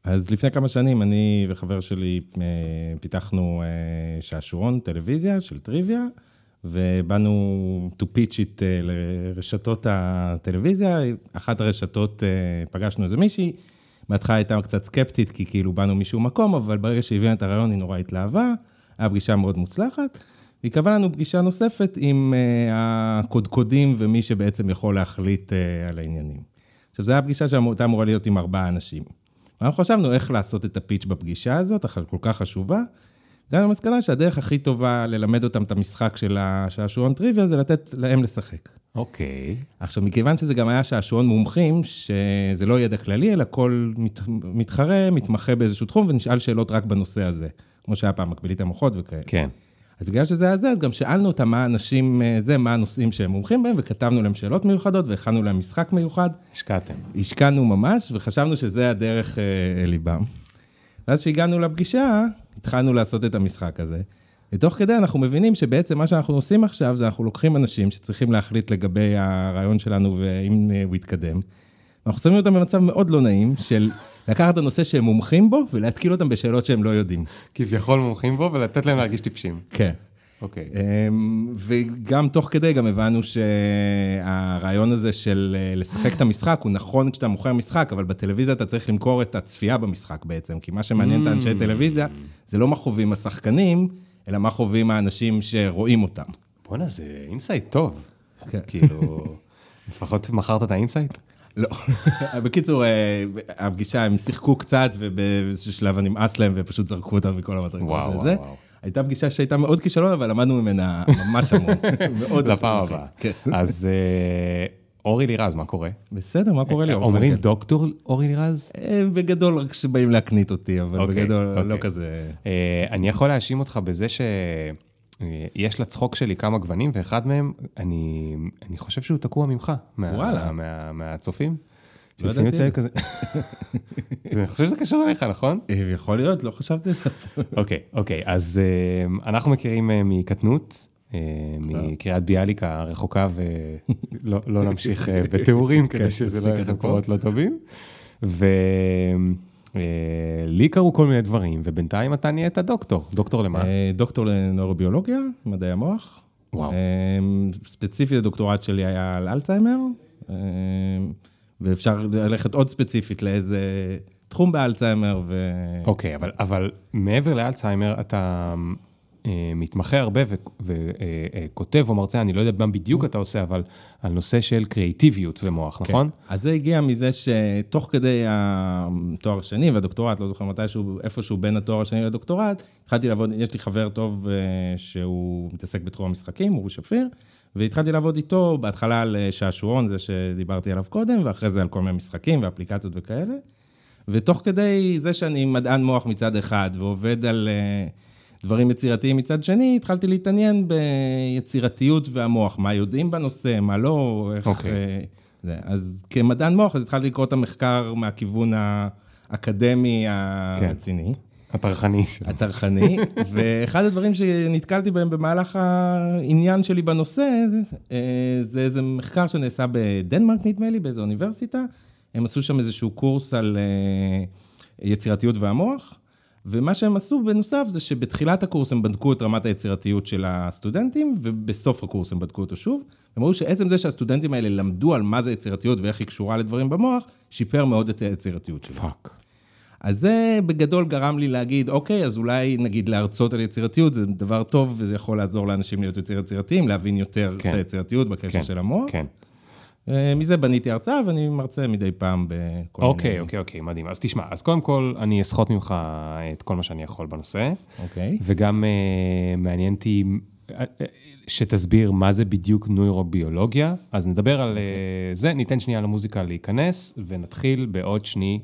אז לפני כמה שנים אני וחבר שלי פיתחנו שעשועון טלוויזיה של טריוויה, ובאנו to pitch it לרשתות הטלוויזיה. אחת הרשתות פגשנו איזה מישהי, בהתחלה הייתה קצת סקפטית, כי כאילו באנו משום מקום, אבל ברגע שהבינה את הרעיון היא נורא התלהבה, היה פגישה מאוד מוצלחת, והיא קבעה לנו פגישה נוספת עם הקודקודים ומי שבעצם יכול להחליט על העניינים. עכשיו, זו הייתה פגישה שהייתה אמורה להיות עם 4 אנשים. אנחנו חשבנו איך לעשות את הפיץ' בפגישה הזאת, כל כך חשובה. גם המסקנה שהדרך הכי טובה ללמד אותם את המשחק של השעשועון טריוויה, זה לתת להם לשחק. אוקיי. עכשיו, מכיוון שזה גם היה שעשועון מומחים, שזה לא ידע כללי, אלא כל מתחרה, מתמחה באיזשהו תחום, ונשאל שאלות רק בנושא הזה. כמו שהיה פעם מקבילית המוחות וכאלה. כן. אז בגלל שזה היה זה, אז גם שאלנו אותם מה האנשים, מה הנושאים שהם מומחים בהם, וכתבנו להם שאלות מיוחדות, והכנו להם משחק מיוחד. השקעתם. השקענו ממש, וחשבנו שזה הדרך ליבם. ואז שהגענו לפגישה, התחלנו לעשות את המשחק הזה. ותוך כדי אנחנו מבינים שבעצם מה שאנחנו עושים עכשיו, זה אנחנו לוקחים אנשים שצריכים להחליט לגבי הרעיון שלנו, ואם הוא יתקדם. אנחנו שמים אותם במצב מאוד לא נעים, של לקחת את הנושא שהם מומחים בו, ולהתקיל אותם בשאלות שהם לא יודעים. כביכול מומחים בו, ולתת להם להרגיש טיפשים. כן. אוקיי. וגם תוך כדי גם הבנו שהרעיון הזה של לשחק את המשחק, הוא נכון כשאתה מוכר משחק, אבל בטלוויזיה אתה צריך למכור את הצפייה במשחק בעצם, כי מה שמעניין את האנשי טלוויזיה, זה לא מה חווים השחקנים, אלא מה חווים האנשים שרואים אותם. בוא'נה, זה אינסייט טוב. כן. כאילו, לפחות מכרת את האינסייט? לא. בקיצור, הפגישה, הם שיחקו קצת, ובאיזשהו שלב נמאס להם, ופשוט זרקו אותם מכל המדרגות וזה. הייתה פגישה שהייתה מאוד כישלון, אבל למדנו ממנה ממש המון. לפעם הבאה. אז אורי לירז, מה קורה? בסדר, מה קורה לי? אומרים דוקטור אורי לירז? בגדול, רק שבאים להקנית אותי, אבל בגדול לא כזה. אני יכול להאשים אותך בזה יש לצחוק שלי כמה גוונים, ואחד מהם, אני חושב שהוא תקוע ממך, מהצופים. לא ידעתי. אני חושב שזה קשור אליך, נכון? יכול להיות, לא חשבתי את זה. אוקיי, אז אנחנו מכירים מקטנות, מקריאת ביאליק הרחוקה, ולא נמשיך בתיאורים, כדי שזה לא יהיה קורות לא טובים. לי קראו כל מיני דברים, ובינתיים אתה נהיית דוקטור. דוקטור למה? דוקטור לנוירוביולוגיה, מדעי המוח. וואו. ספציפית, הדוקטורט שלי היה על אלצהיימר, ואפשר ללכת עוד ספציפית לאיזה תחום באלצהיימר. אוקיי, אבל מעבר לאלצהיימר, אתה מתמחה הרבה וכותב או מרצה, אני לא יודע מה בדיוק אתה עושה, אבל על נושא של קריאטיביות ומוח, נכון? אז זה הגיע מזה שתוך כדי התואר השני והדוקטורט, לא זוכר מתישהו, איפשהו בין התואר השני לדוקטורט, התחלתי לעבוד, יש לי חבר טוב שהוא מתעסק בתחום המשחקים, אורי שפיר, והתחלתי לעבוד איתו בהתחלה על שעשועון, זה שדיברתי עליו קודם, ואחרי זה על כל מיני משחקים ואפליקציות וכאלה. ותוך כדי זה שאני מדען מוח מצד אחד, ועובד על דברים יצירתיים מצד שני, התחלתי להתעניין ביצירתיות והמוח, מה יודעים בנושא, מה לא, איך אז כמדען מוח, אז התחלתי לקרוא את המחקר מהכיוון האקדמי הרציני. הטרחני, ואחד הדברים שנתקלתי בהם במהלך העניין שלי בנושא, זה איזה מחקר שנעשה בדנמרק, נדמה לי, באיזו אוניברסיטה, הם עשו שם איזשהו קורס על יצירתיות והמוח, ומה שהם עשו בנוסף זה שבתחילת הקורס הם בדקו את רמת היצירתיות של הסטודנטים, ובסוף הקורס הם בדקו אותו שוב. הם אמרו שעצם זה שהסטודנטים האלה למדו על מה זה יצירתיות ואיך היא קשורה לדברים במוח, שיפר מאוד את היצירתיות שלהם. פאק. אז זה בגדול גרם לי להגיד, אוקיי, אז אולי נגיד להרצות על יצירתיות, זה דבר טוב, וזה יכול לעזור לאנשים להיות יותר יצירתיים, להבין יותר את היצירתיות בקשר של המוח. כן. מזה בניתי הרצאה, ואני מרצה מדי פעם בכל מיני... אוקיי, מדהים. אז תשמע, אז קודם כל, אני אסחוט ממך את כל מה שאני יכול בנושא. אוקיי. וגם מעניינתי שתסביר מה זה בדיוק נוירוביולוגיה. אז נדבר על זה, ניתן שנייה למוזיקה להיכנס, ונתחיל בעוד שנייה.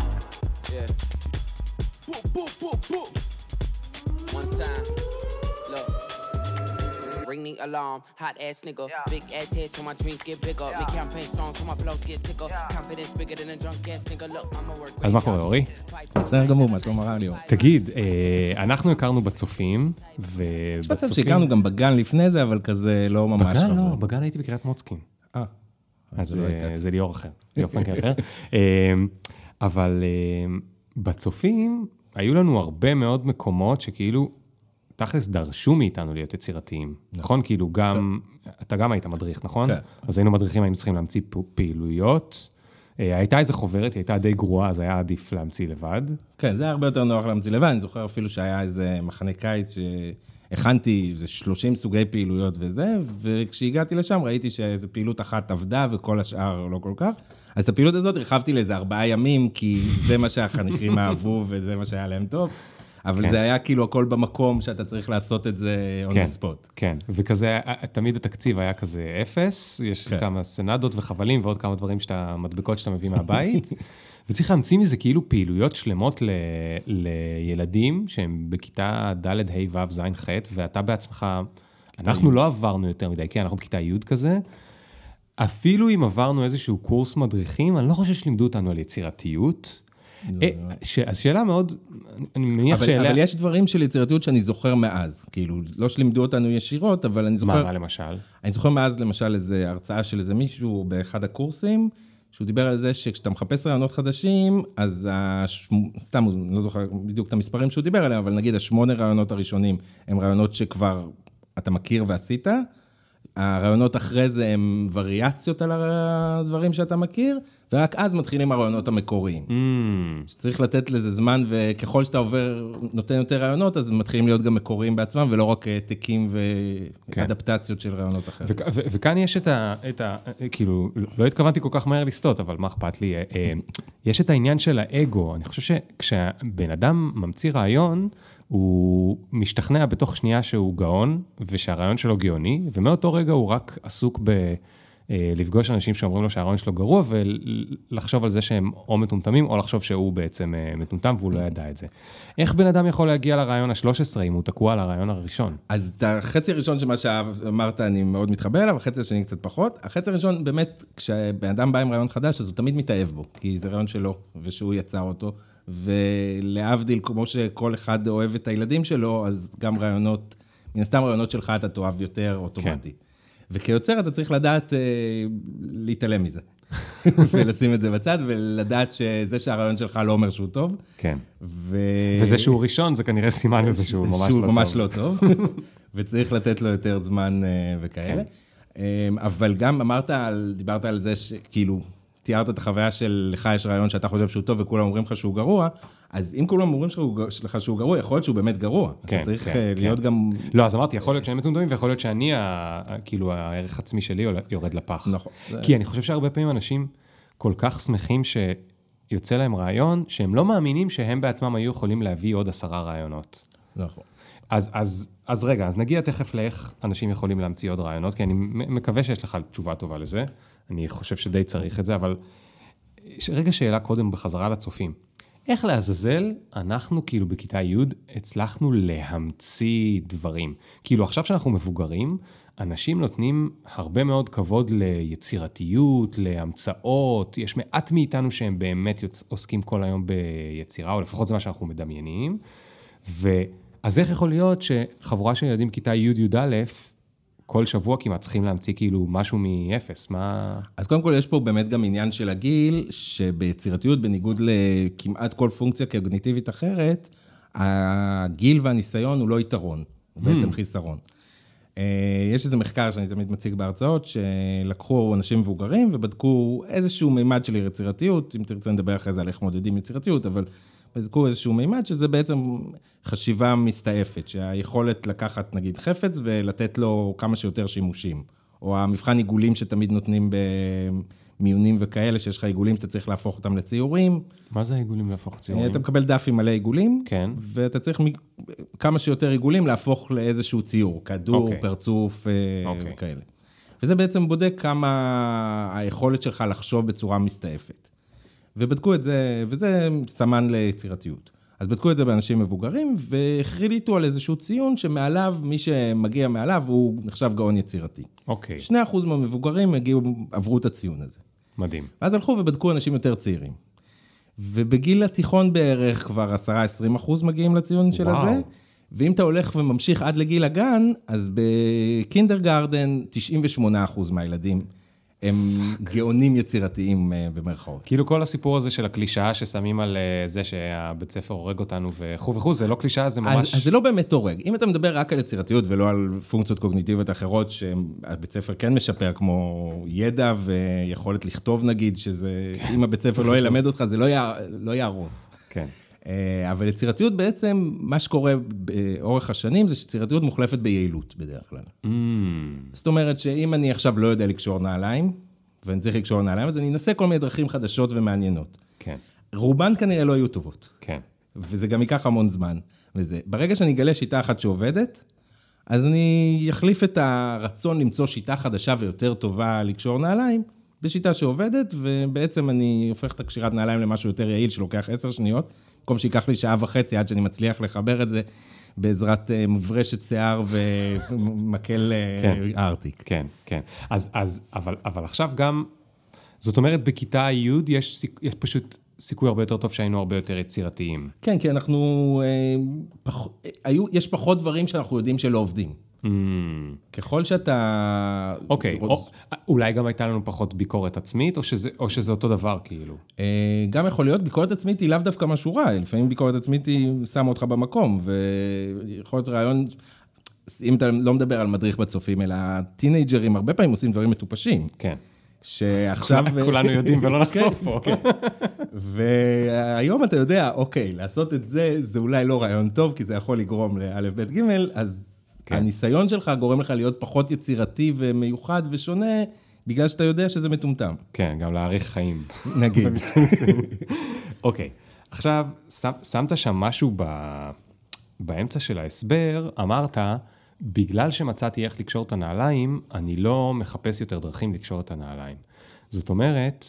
Ring the alarm, hot ass nigga, big ass head so my dreams get bigger, make campaign songs so my flows get sicker, confidence bigger than a drunk ass nigga, look, I'm a work. אז מה קורה, אורי? בסדר גמור, מה שלום הרע לי. תגיד, אנחנו הכרנו בצופים, יש מצב שהכרנו גם בגן לפני זה, אבל כזה לא ממש. בגן לא, בגן הייתי בקריית מוצקין. אז זה ליאור אחר, ליאור פרנקל אחר. אבל בצופים, היו לנו הרבה מאוד מקומות שכאילו, תכלס דרשו מאיתנו להיות יצירתיים. נכון? כאילו גם, אתה גם היית מדריך, נכון? כן. אז היינו מדריכים, היינו צריכים להמציא פעילויות. הייתה איזו חוברת, היא הייתה די גרועה, אז היה עדיף להמציא לבד. כן, זה היה הרבה יותר נוח להמציא לבד. אני זוכר אפילו שהיה איזה מחנה קיץ שהכנתי, זה 30 סוגי פעילויות וזה, וכשהגעתי לשם ראיתי שאיזו פעילות אחת עבדה וכל השאר לא כל כך. אז את הפעילות הזאת הרחבתי לאיזה 4 ימים, כי זה מה שהחניכים אהבו וזה מה שהיה להם טוב. אבל זה היה כאילו הכל במקום שאתה צריך לעשות את זה on the spot. כן, וכזה, תמיד התקציב היה כזה 0, יש כמה סנדות וחבלים ועוד כמה דברים מדבקות שאתה מביא מהבית, וצריך להמציא מזה כאילו פעילויות שלמות לילדים שהם בכיתה ד', ה', ו', ז', ח', ואתה בעצמך, אנחנו לא עברנו יותר מדי, כן, אנחנו בכיתה י' כזה, אפילו אם עברנו איזשהו קורס מדריכים, אני לא חושב שלימדו אותנו על יצירתיות, אז שאלה מאוד, אני מניח שאלה... אבל יש דברים של יצירתיות שאני זוכר מאז, כאילו, לא שלימדו אותנו ישירות, אבל אני זוכר... מה למשל? אני זוכר מאז, למשל, איזו הרצאה של איזה מישהו באחד הקורסים, שהוא דיבר על זה שכשאתה מחפש רעיונות חדשים, אז סתם, אני לא זוכר בדיוק את המספרים שהוא דיבר עליהם, אבל נגיד 8 רעיונות הראשונים, הם רעיונות שכבר אתה מכיר ועשית, הרעיונות אחרי זה הם וריאציות על הדברים שאתה מכיר, ורק אז מתחילים הרעיונות המקוריים. שצריך לתת לזה זמן, וככל שאתה עובר, נותן יותר רעיונות, אז מתחילים להיות גם מקוריים בעצמם, ולא רק העתקים ואדפטציות של רעיונות אחרים. וכאן יש כאילו, לא התכוונתי כל כך מהר לסטות, אבל מה אכפת לי? יש את העניין של האגו. אני חושב שכשבן אדם ממציא רעיון, הוא משתכנע בתוך שנייה שהוא גאון, ושהרעיון שלו גאוני, ומאותו רגע הוא רק עסוק לפגוש אנשים שאומרים לו שהרעיון שלו גרוע, ולחשוב על זה שהם או מטומטמים, או לחשוב שהוא בעצם מטומטם, והוא לא ידע את זה. איך בן אדם יכול להגיע לרעיון ה-13, אם הוא תקוע על הרעיון הראשון? אז את החצי הראשון שמה שאמרת, אני מאוד מתחבר אליו, החצי השני קצת פחות. החצי הראשון, באמת, כשבן אדם בא עם רעיון חדש, אז הוא תמיד מתאהב בו, כי זה רעיון שלו, ושהוא יצר אותו. ולהבדיל, כמו שכל אחד אוהב את הילדים שלו, אז גם רעיונות, מן הסתם רעיונות שלך אתה תאהב יותר אוטומטי. וכיוצר אתה צריך לדעת להתעלם מזה. ולשים את זה בצד, ולדעת שזה שהרעיון שלך לא אומר שהוא טוב. כן. וזה שהוא ראשון, זה כנראה סימן לזה שהוא ממש לא טוב. שהוא ממש לא טוב, וצריך לתת לו יותר זמן וכאלה. אבל גם דיברת על זה שכאילו, תיארת את החוויה של לך יש רעיון שאתה חושב שהוא טוב וכולם אומרים לך שהוא גרוע, אז אם כולם אומרים לך שהוא גרוע, יכול להיות שהוא באמת גרוע. אתה צריך להיות גם... לא, אז אמרתי, יכול להיות שהם מטומטמים, ויכול להיות שאני, כאילו, הערך עצמי שלי יורד לפח. נכון. כי אני חושב שהרבה פעמים אנשים כל כך שמחים שיוצא להם רעיון, שהם לא מאמינים שהם בעצמם היו יכולים להביא עוד 10 רעיונות. נכון. אז רגע, אז נגיע תכף לאיך אנשים יכולים להמציא עוד רעיונות, כי אני מקווה שיש לך תשובה טובה לזה. אני חושב שדי צריך את זה, אבל רגע שאלה קודם בחזרה לצופים. איך לעזאזל אנחנו כאילו בכיתה י' הצלחנו להמציא דברים? כאילו עכשיו שאנחנו מבוגרים, אנשים נותנים הרבה מאוד כבוד ליצירתיות, להמצאות, יש מעט מאיתנו שהם באמת עוסקים כל היום ביצירה, או לפחות זה מה שאנחנו מדמיינים, אז איך יכול להיות שחבורה של ילדים כיתה י' י' כל שבוע כמעט צריכים להמציא כאילו משהו מאפס, מה... אז קודם כל יש פה באמת גם עניין של הגיל, שביצירתיות בניגוד לכמעט כל פונקציה קוגניטיבית אחרת, הגיל והניסיון הוא לא יתרון, הוא בעצם חיסרון. יש איזה מחקר שאני תמיד מציג בהרצאות, שלקחו אנשים מבוגרים ובדקו איזשהו מימד של יצירתיות, אם תרצה נדבר אחרי זה על איך מודדים יצירתיות, אבל בדקו איזשהו מימד שזה בעצם חשיבה מסתעפת, שהיכולת לקחת נגיד חפץ ולתת לו כמה שיותר שימושים, או המבחן עיגולים שתמיד נותנים במיונים וכאלה, שיש לך עיגולים שאתה צריך להפוך אותם לציורים. מה זה העיגולים להפוך ציורים? אתה מקבל דף עם מלא עיגולים, כן. ואתה צריך כמה שיותר עיגולים להפוך לאיזשהו ציור, כדור, פרצוף וכאלה. וזה בעצם בודק כמה היכולת שלך לחשוב בצורה מסתעפת. ובדקו את זה, וזה סמן ליצירתיות. אז בדקו את זה באנשים מבוגרים, והחליטו על איזשהו ציון שמעליו, מי שמגיע מעליו, הוא נחשב גאון יצירתי. אוקיי. 2% מהמבוגרים עברו את הציון הזה. מדהים. ואז הלכו ובדקו אנשים יותר צעירים. ובגיל התיכון בערך כבר 10-20% מגיעים לציון של הזה. ואם אתה הולך וממשיך עד לגיל הגן, אז בקינדרגרדן 98% מהילדים הם גאונים יצירתיים במרכאות. כאילו כל הסיפור הזה של הקלישאה ששמים על זה שהבית ספר הורג אותנו וכו', זה לא קלישאה, זה ממש... אז זה לא באמת הורג. אם אתה מדבר רק על יצירתיות ולא על פונקציות קוגניטיביות אחרות, שהבית ספר כן משפר, כמו ידע ויכולת לכתוב נגיד, שזה, אם הבית ספר לא ילמד אותך, זה לא יהרוס. כן. אבל יצירתיות בעצם, מה שקורה באורך השנים, זה שיצירתיות מוחלפת ביעילות בדרך כלל. זאת אומרת שאם אני עכשיו לא יודע לקשור נעליים, ואני צריך לקשור נעליים, אז אני אנסה כל מיני דרכים חדשות ומעניינות. כן. רובן כנראה לא יהיו טובות. כן. וזה גם ייקח המון זמן. וזה, ברגע שאני אגלה שיטה אחת שעובדת, אז אני אחליף את הרצון למצוא שיטה חדשה ויותר טובה לקשור נעליים, בשיטה שעובדת, ובעצם אני הופך את הקשירת נעליים למשהו יותר יעיל, שלוקח 10 שניות, במקום שיקח לי 1.5 שעה עד שאני מצליח לחבר את זה, בעזרת מברשת שיער ומקל ארטיק. כן, כן. אבל עכשיו גם, זאת אומרת, בכיתה י' יש פשוט סיכוי הרבה יותר טוב שהיינו הרבה יותר יצירתיים. כן, כי אנחנו, יש פחות דברים שאנחנו יודעים שלא עובדים. ככל שאתה... אוקיי, אולי גם הייתה לנו פחות ביקורת עצמית, או שזה אותו דבר כאילו? גם יכול להיות, ביקורת עצמית היא לאו דווקא משהו רע, לפעמים ביקורת עצמית היא שמה אותך במקום, ויכול להיות רעיון, אם אתה לא מדבר על מדריך בצופים, אלא טינג'רים הרבה פעמים עושים דברים מטופשים. כן. שעכשיו... כולנו יודעים ולא נחשוף פה. והיום אתה יודע, אוקיי, לעשות את זה, זה אולי לא רעיון טוב, כי זה יכול לגרום לא' ב' ג', אז הניסיון שלך גורם לך להיות פחות יצירתי ומיוחד ושונה, בגלל שאתה יודע שזה מטומטם. כן, גם להאריך חיים. נגיד. אוקיי, עכשיו, שמת שם משהו באמצע של ההסבר, אמרת, בגלל שמצאתי איך לקשור את הנעליים, אני לא מחפש יותר דרכים לקשור את הנעליים. זאת אומרת,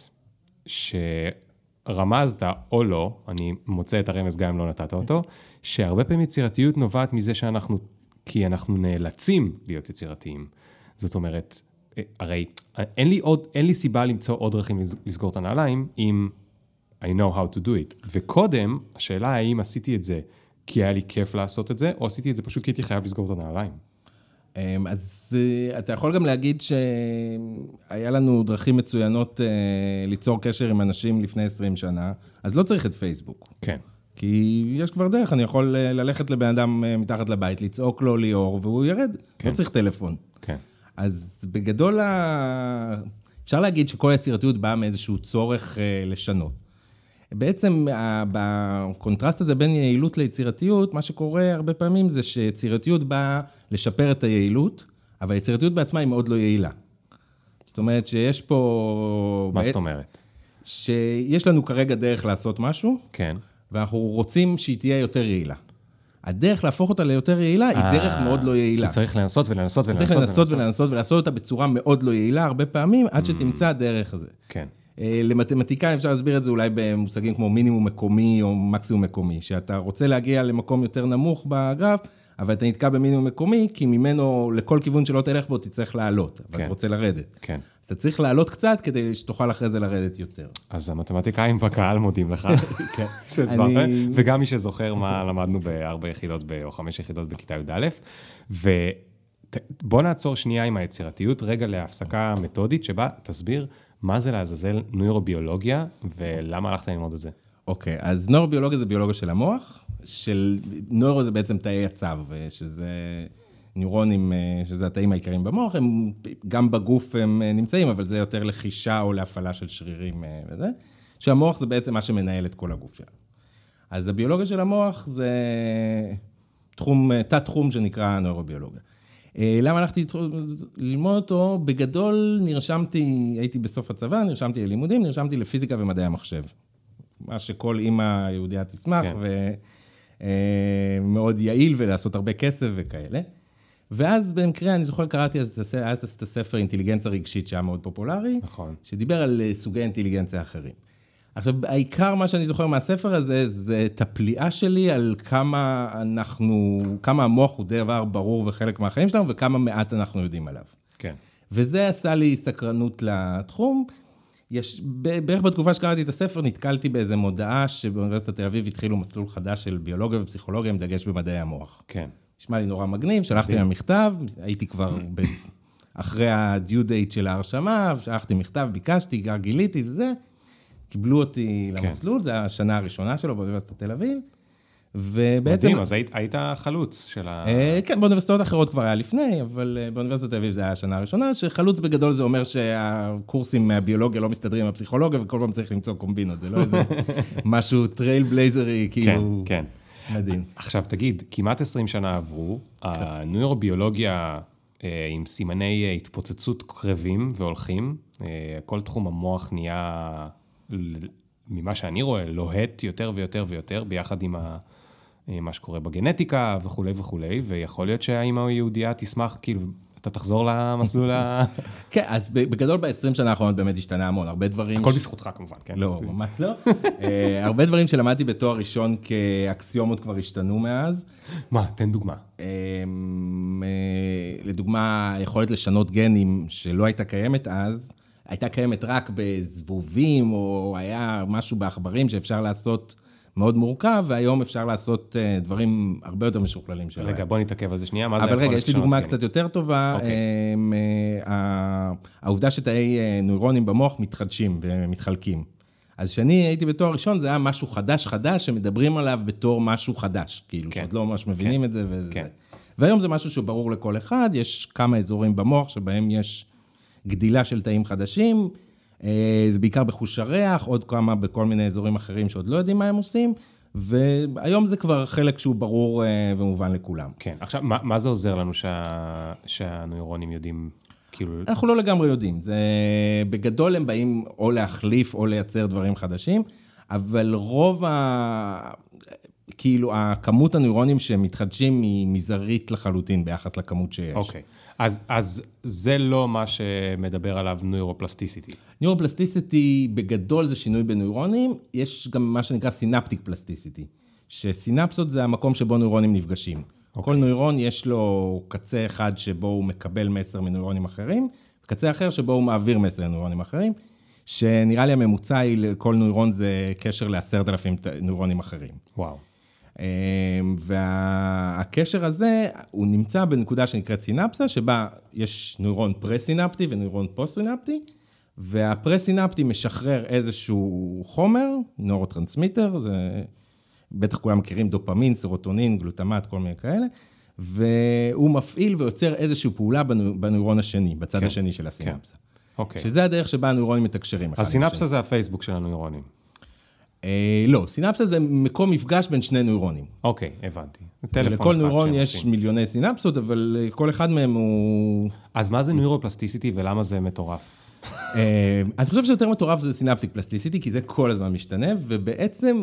שרמזת או לא, אני מוצא את הרמז גם אם לא נתת אותו, שהרבה פעמים יצירתיות נובעת מזה כי אנחנו נאלצים להיות יצירתיים. זאת אומרת, הרי אין לי סיבה למצוא עוד דרכים לסגור את הנעליים, אם I know how to do it. וקודם, השאלה האם עשיתי את זה כי היה לי כיף לעשות את זה, או עשיתי את זה פשוט כי הייתי חייב לסגור את הנעליים. אז אתה יכול גם להגיד שהיה לנו דרכים מצוינות ליצור קשר עם אנשים לפני 20 שנה, אז לא צריך את פייסבוק. כן. כי יש כבר דרך, אני יכול ללכת לבן אדם מתחת לבית, לצעוק לו ליאור, והוא ירד. כן. לא צריך טלפון. כן. אז בגדול, אפשר להגיד שכל היצירתיות באה מאיזשהו צורך לשנות. בעצם, בקונטרסט הזה בין יעילות ליצירתיות, מה שקורה הרבה פעמים זה שיצירתיות באה לשפר את היעילות, אבל היצירתיות בעצמה היא מאוד לא יעילה. זאת אומרת שיש פה... מה זאת אומרת? שיש לנו כרגע דרך לעשות משהו, כן. ואנחנו רוצים שהיא תהיה יותר יעילה. הדרך להפוך אותה ליותר יעילה היא דרך מאוד לא יעילה. כי צריך לנסות ולנסות ולנסות. צריך לנסות ולנסות ולעשות אותה בצורה מאוד לא יעילה, הרבה פעמים, עד שתמצא הדרך הזה. כן. למתמטיקאים אפשר להסביר את זה אולי במושגים כמו מינימום מקומי או מקסימום מקומי, שאתה רוצה להגיע למקום יותר נמוך בגרף, אבל אתה נתקע במינימום מקומי, כי ממנו לכל כיוון שלא תלך בו תצטרך לעלות, אבל אתה רוצה לרדת. כן. אז אתה צריך לעלות קצת כדי שתוכל אחרי זה לרדת יותר. אז המתמטיקאים בקהל מודים לך. כן. וגם מי שזוכר מה למדנו ב4 יחידות או 5 יחידות בכיתה י"א, ובוא נעצור שנייה עם היצירתיות, רגע להפסקה מתודית שבה תסביר מה זה לעזאזל נוירוביולוגיה, ולמה הלכת ללמוד את זה? אוקיי, אז נוירוביולוגיה זה ביולוגיה של המוח, נוירו זה בעצם תאי הצב, שזה ניורונים, שזה התאים העיקריים במוח, הם גם בגוף הם נמצאים, אבל זה יותר לחישה או להפעלה של שרירים וזה, שהמוח זה בעצם מה שמנהל את כל הגוף שלנו. אז הביולוגיה של המוח זה תת תחום שנקרא נוירוביולוגיה. למה הלכתי ללמוד אותו? בגדול הייתי בסוף הצבא, נרשמתי ללימודים, נרשמתי לפיזיקה ומדעי המחשב. מה שכל אימא יהודיה תשמח, ומאוד יעיל ולעשות הרבה כסף וכאלה. ואז במקרה, אני זוכר, קראתי אז את הספר אינטליגנציה רגשית, שהיה מאוד פופולרי, נכון. שדיבר על סוגי אינטליגנציה אחרים. עכשיו, העיקר מה שאני זוכר מהספר הזה, זה את הפליאה שלי על כמה המוח הוא דבר ברור וחלק מהחיים שלנו, וכמה מעט אנחנו יודעים עליו. כן. וזה עשה לי סקרנות לתחום. בערך בתקופה שקראתי את הספר, נתקלתי באיזו מודעה שבאוניברסיטת תל אביב התחילו מסלול חדש של ביולוגיה ופסיכולוגיה עם דגש במדעי המוח. כן. נשמע לי נורא מגניב, שלחתי להם מכתב, הייתי כבר אחרי ה-due date של ההרשמה, שלחתי מכתב, ביקשתי, גיליתי וזה, קיבלו אותי למסלול, זה השנה הראשונה שלו באוניברסיטת תל אביב, ובעצם... מדהים, אז היית חלוץ של ה... כן, באוניברסיטאות אחרות כבר היה לפני, אבל באוניברסיטת תל אביב זה היה השנה הראשונה, שחלוץ בגדול זה אומר שהקורסים מהביולוגיה לא מסתדרים עם הפסיכולוגיה, וכל פעם צריך למצוא קומבינות, זה לא איזה משהו טרייל בלייזרי, כאילו... כן, כן. מדהים. עכשיו תגיד, כמעט 20 שנה עברו, הנוירוביולוגיה עם סימני התפוצצות קרבים והולכים, כל תחום המוח נהיה, ממה שאני רואה, לוהט יותר ויותר ויותר, ביחד עם מה שקורה בגנטיקה וכו' וכו', ויכול להיות שהאמא היהודייה תשמח, כאילו, אתה תחזור למסלול כן, אז בגדול ב-20 שנה האחרונות באמת השתנה המון, הרבה דברים... הכל בזכותך כמובן, כן? לא, ממש לא. הרבה דברים שלמדתי בתואר ראשון כאקסיומות כבר השתנו מאז. מה, תן דוגמה. לדוגמה, היכולת לשנות גנים שלא הייתה קיימת אז, הייתה קיימת רק בזבובים, או היה משהו בעכברים שאפשר לעשות מאוד מורכב, והיום אפשר לעשות דברים הרבה יותר משוכללים שלהם. רגע, בוא נתעכב על זה שנייה, מה זה אבל יכול רגע, יש לי דוגמה קצת יותר טובה, העובדה שתאי נוירונים במוח מתחדשים ומתחלקים. אז כשאני הייתי בתואר ראשון, זה היה משהו חדש שמדברים עליו בתור משהו חדש, כאילו, שעוד לא ממש מבינים את זה וזה. והיום זה משהו שברור לכל אחד, יש כמה אזורים במוח שבהם יש גדילה של תאים חדשים, זה בעיקר בחוש הריח, עוד כמה בכל מיני אזורים אחרים שעוד לא יודעים מה הם עושים, והיום זה כבר חלק שהוא ברור ומובן לכולם. כן, עכשיו, מה זה עוזר לנו שהנוירונים יודעים, כאילו... אנחנו לא לגמרי יודעים, זה בגדול הם באים או להחליף או לייצר דברים חדשים, אבל רוב כאילו, הכמות הנוירונים שמתחדשים היא מזערית לחלוטין ביחס לכמות שיש. אוקיי. אז זה לא מה שמדבר עליו נוירופלסטיסיטי. נוירופלסטיסיטי בגדול זה שינוי בנוירונים, יש גם מה שנקרא סינפטיק פלסטיסיטי, שסינפסות זה המקום שבו נוירונים נפגשים. כל נוירון יש לו קצה אחד שבו הוא מקבל מסר מנוירונים אחרים, וקצה אחר שבו הוא מעביר מסר לנוירונים אחרים, שנראה לי הממוצע היא לכל נוירון זה קשר ל10,000 נוירונים אחרים. וואו. והקשר הזה, הוא נמצא בנקודה שנקראת סינפסה, שבה יש נוירון פרסינפטי ונוירון פוסט-סינפטי, והפרסינפטי משחרר איזשהו חומר, נורוטרנסמיטר, זה בטח כולם מכירים דופמין, סרוטונין, גלוטמט, כל מיני כאלה, והוא מפעיל ויוצר איזושהי פעולה בנוירון השני, בצד השני של הסינפסה. אוקיי. שזה הדרך שבה הנוירונים מתקשרים. הסינפסה זה הפייסבוק של הנוירונים. לא, סינפסה זה מקום מפגש בין שני נוירונים. אוקיי, הבנתי. לכל נוירון יש מיליוני סינפסות, אבל כל אחד מהם הוא... אז מה זה נוירופלסטיסיטי ולמה זה מטורף? אני חושב שיותר מטורף זה סינפטיק פלסטיסיטי, כי זה כל הזמן משתנה, ובעצם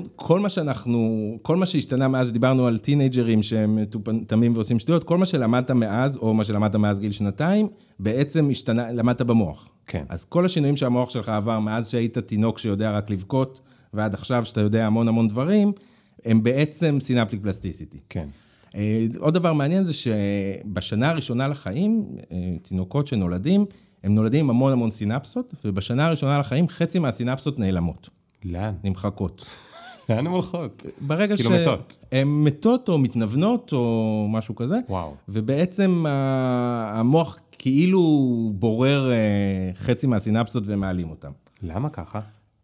כל מה שהשתנה מאז, דיברנו על טינג'רים שהם תמים ועושים שטויות, כל מה שלמדת מאז, או מה שלמדת מאז גיל 2, בעצם למדת במוח. כן. אז כל השינויים שהמוח שלך עבר מאז שהיית תינוק שיודע רק לבכות, ועד עכשיו שאתה יודע המון דברים, הם בעצם סינפטיק פלסטיסיטי. כן. עוד דבר מעניין זה שבשנה הראשונה לחיים, תינוקות שנולדים, הם נולדים עם המון סינפסות, ובשנה הראשונה לחיים חצי מהסינפסות נעלמות. לאן? נמחקות. לאן הן הולכות? ברגע כאילו מתות. הן מתות או מתנוונות או משהו כזה. וואו. ובעצם המוח כאילו בורר חצי מהסינפסות ומעלים אותם. למה ככה?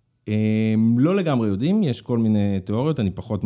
לא לגמרי יודעים, יש כל מיני תיאוריות, אני פחות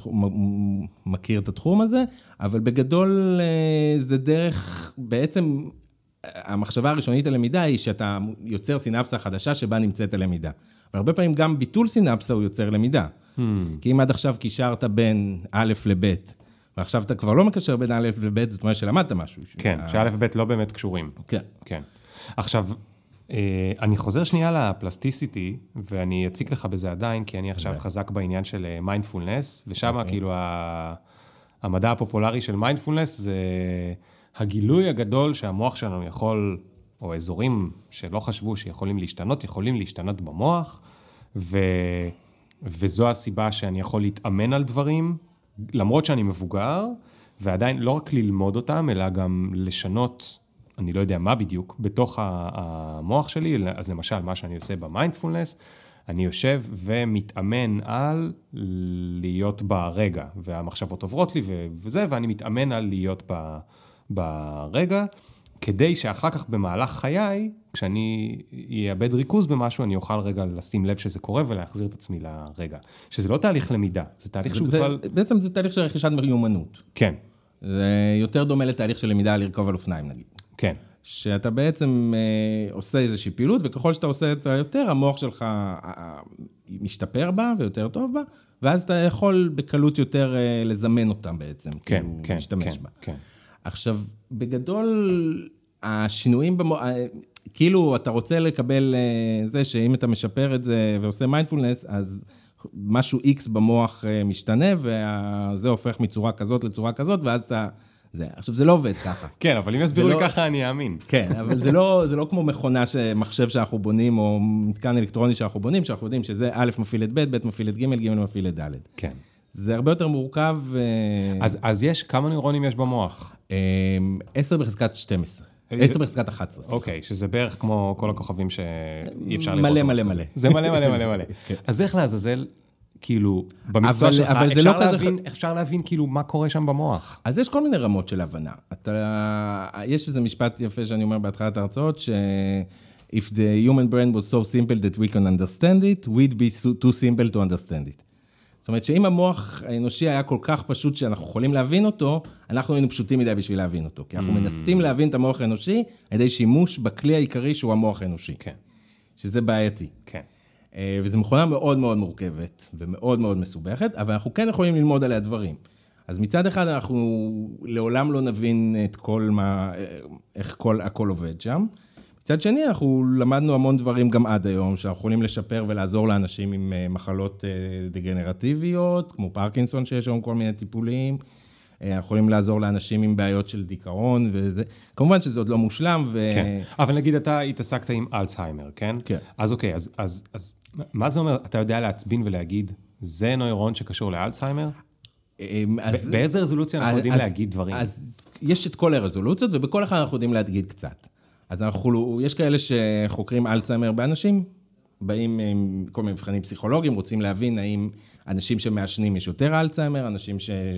מכיר את התחום הזה, אבל בגדול זה דרך, בעצם המחשבה הראשונית הלמידה היא שאתה יוצר סינפסה חדשה שבה נמצאת הלמידה. והרבה פעמים גם ביטול סינפסה הוא יוצר למידה. כי אם עד עכשיו קישרת בין א' לב', ועכשיו אתה כבר לא מקשר בין א' לב', זאת אומרת שלמדת משהו. כן, שא' וב' לא באמת קשורים. כן. כן. עכשיו, אני חוזר שנייה לפלסטיסיטי, ואני אציג לך בזה עדיין, כי אני עכשיו חזק בעניין של מיינדפולנס, ושם כאילו המדע הפופולרי של מיינדפולנס זה הגילוי הגדול שהמוח שלנו יכול, או אזורים שלא חשבו שיכולים להשתנות במוח, וזו הסיבה שאני יכול להתאמן על דברים, למרות שאני מבוגר, ועדיין לא רק ללמוד אותם, אלא גם לשנות, אני לא יודע מה בדיוק, בתוך המוח שלי, אז למשל מה שאני עושה במיינדפולנס, אני יושב ומתאמן על להיות ברגע, והמחשבות עוברות לי וזה, ואני מתאמן על להיות ברגע, כדי שאחר כך במהלך חיי, כשאני אאבד ריכוז במשהו, אני אוכל רגע לשים לב שזה קורה ולהחזיר את עצמי לרגע. שזה לא תהליך למידה, זה תהליך שהוא בכלל... בעצם זה תהליך של רכישת מיומנות. כן. זה יותר דומה לתהליך של למידה לרכוב על אופניים, נגיד. כן. שאתה בעצם עושה איזושהי פעילות, וככל שאתה עושה את יותר, המוח שלך משתפר בה ויותר טוב בה, ואז אתה יכול בקלות יותר לזמן אותם בעצם. כן, כן, להשתמש כן, בה. כן. עכשיו, בגדול, השינויים כאילו אתה רוצה לקבל זה, שאם אתה משפר את זה ועושה מיינדפולנס, אז משהו X במוח משתנה, וזה הופך מצורה כזאת לצורה כזאת, ואז אתה... עכשיו, זה לא עובד ככה. כן, אבל אם יסבירו לי ככה, אני אאמין. כן, אבל זה לא כמו מחשב שאנחנו בונים, או מתקן אלקטרוני שאנחנו בונים, שאנחנו יודעים שזה א' מפעיל את ב', ב' מפעיל את ג', ג' מפעיל את ד'. כן. זה הרבה יותר מורכב. אז יש, כמה נוירונים יש במוח? 10 בחזקת 12. 10 בחזקת 11. אוקיי, שזה בערך כמו כל הכוכבים שאי אפשר לראות. מלא, מלא, מלא. זה מלא, מלא, מלא, מלא. אז איך לעזאזל, כאילו, במקצוע שלך, אפשר להבין כאילו מה קורה שם במוח. אז יש כל מיני רמות של הבנה. יש איזה משפט יפה שאני אומר בהתחלת ההרצאות, If the human brain was so simple that we can understand it, we'd be too simple to understand it. זאת אומרת שאם המוח האנושי היה כל כך פשוט שאנחנו יכולים להבין אותו, אנחנו היינו פשוטים מדי בשביל להבין אותו. כי אנחנו מנסים להבין את המוח האנושי, על ידי שימוש בכלי העיקרי שהוא המוח האנושי. כן. שזה בעייתי. כן. וזו מכונה מאוד מאוד מורכבת, ומאוד מאוד מסובכת, אבל אנחנו כן יכולים ללמוד עליה דברים. אז מצד אחד אנחנו לעולם לא נבין את איך הכל עובד שם. מצד שני, אנחנו למדנו המון דברים גם עד היום, שאנחנו יכולים לשפר ולעזור לאנשים עם מחלות דגנרטיביות, כמו פרקינסון שיש היום כל מיני טיפולים, אנחנו יכולים לעזור לאנשים עם בעיות של דיכאון, וזה, כמובן שזה עוד לא מושלם. כן, אבל נגיד אתה התעסקת עם אלצהיימר, כן? כן. אז אוקיי, אז מה זה אומר, אתה יודע להצבין ולהגיד, זה נוירון שקשור לאלצהיימר? באיזה רזולוציה אנחנו יודעים להגיד דברים? אז יש את כל הרזולוציות, ובכל אחד אנחנו יודעים להגיד קצת. אז יש כאלה שחוקרים אלצהיימר באנשים, באים עם כל מיני מבחנים פסיכולוגיים, רוצים להבין האם אנשים שמעשנים יש יותר אלצהיימר, אנשים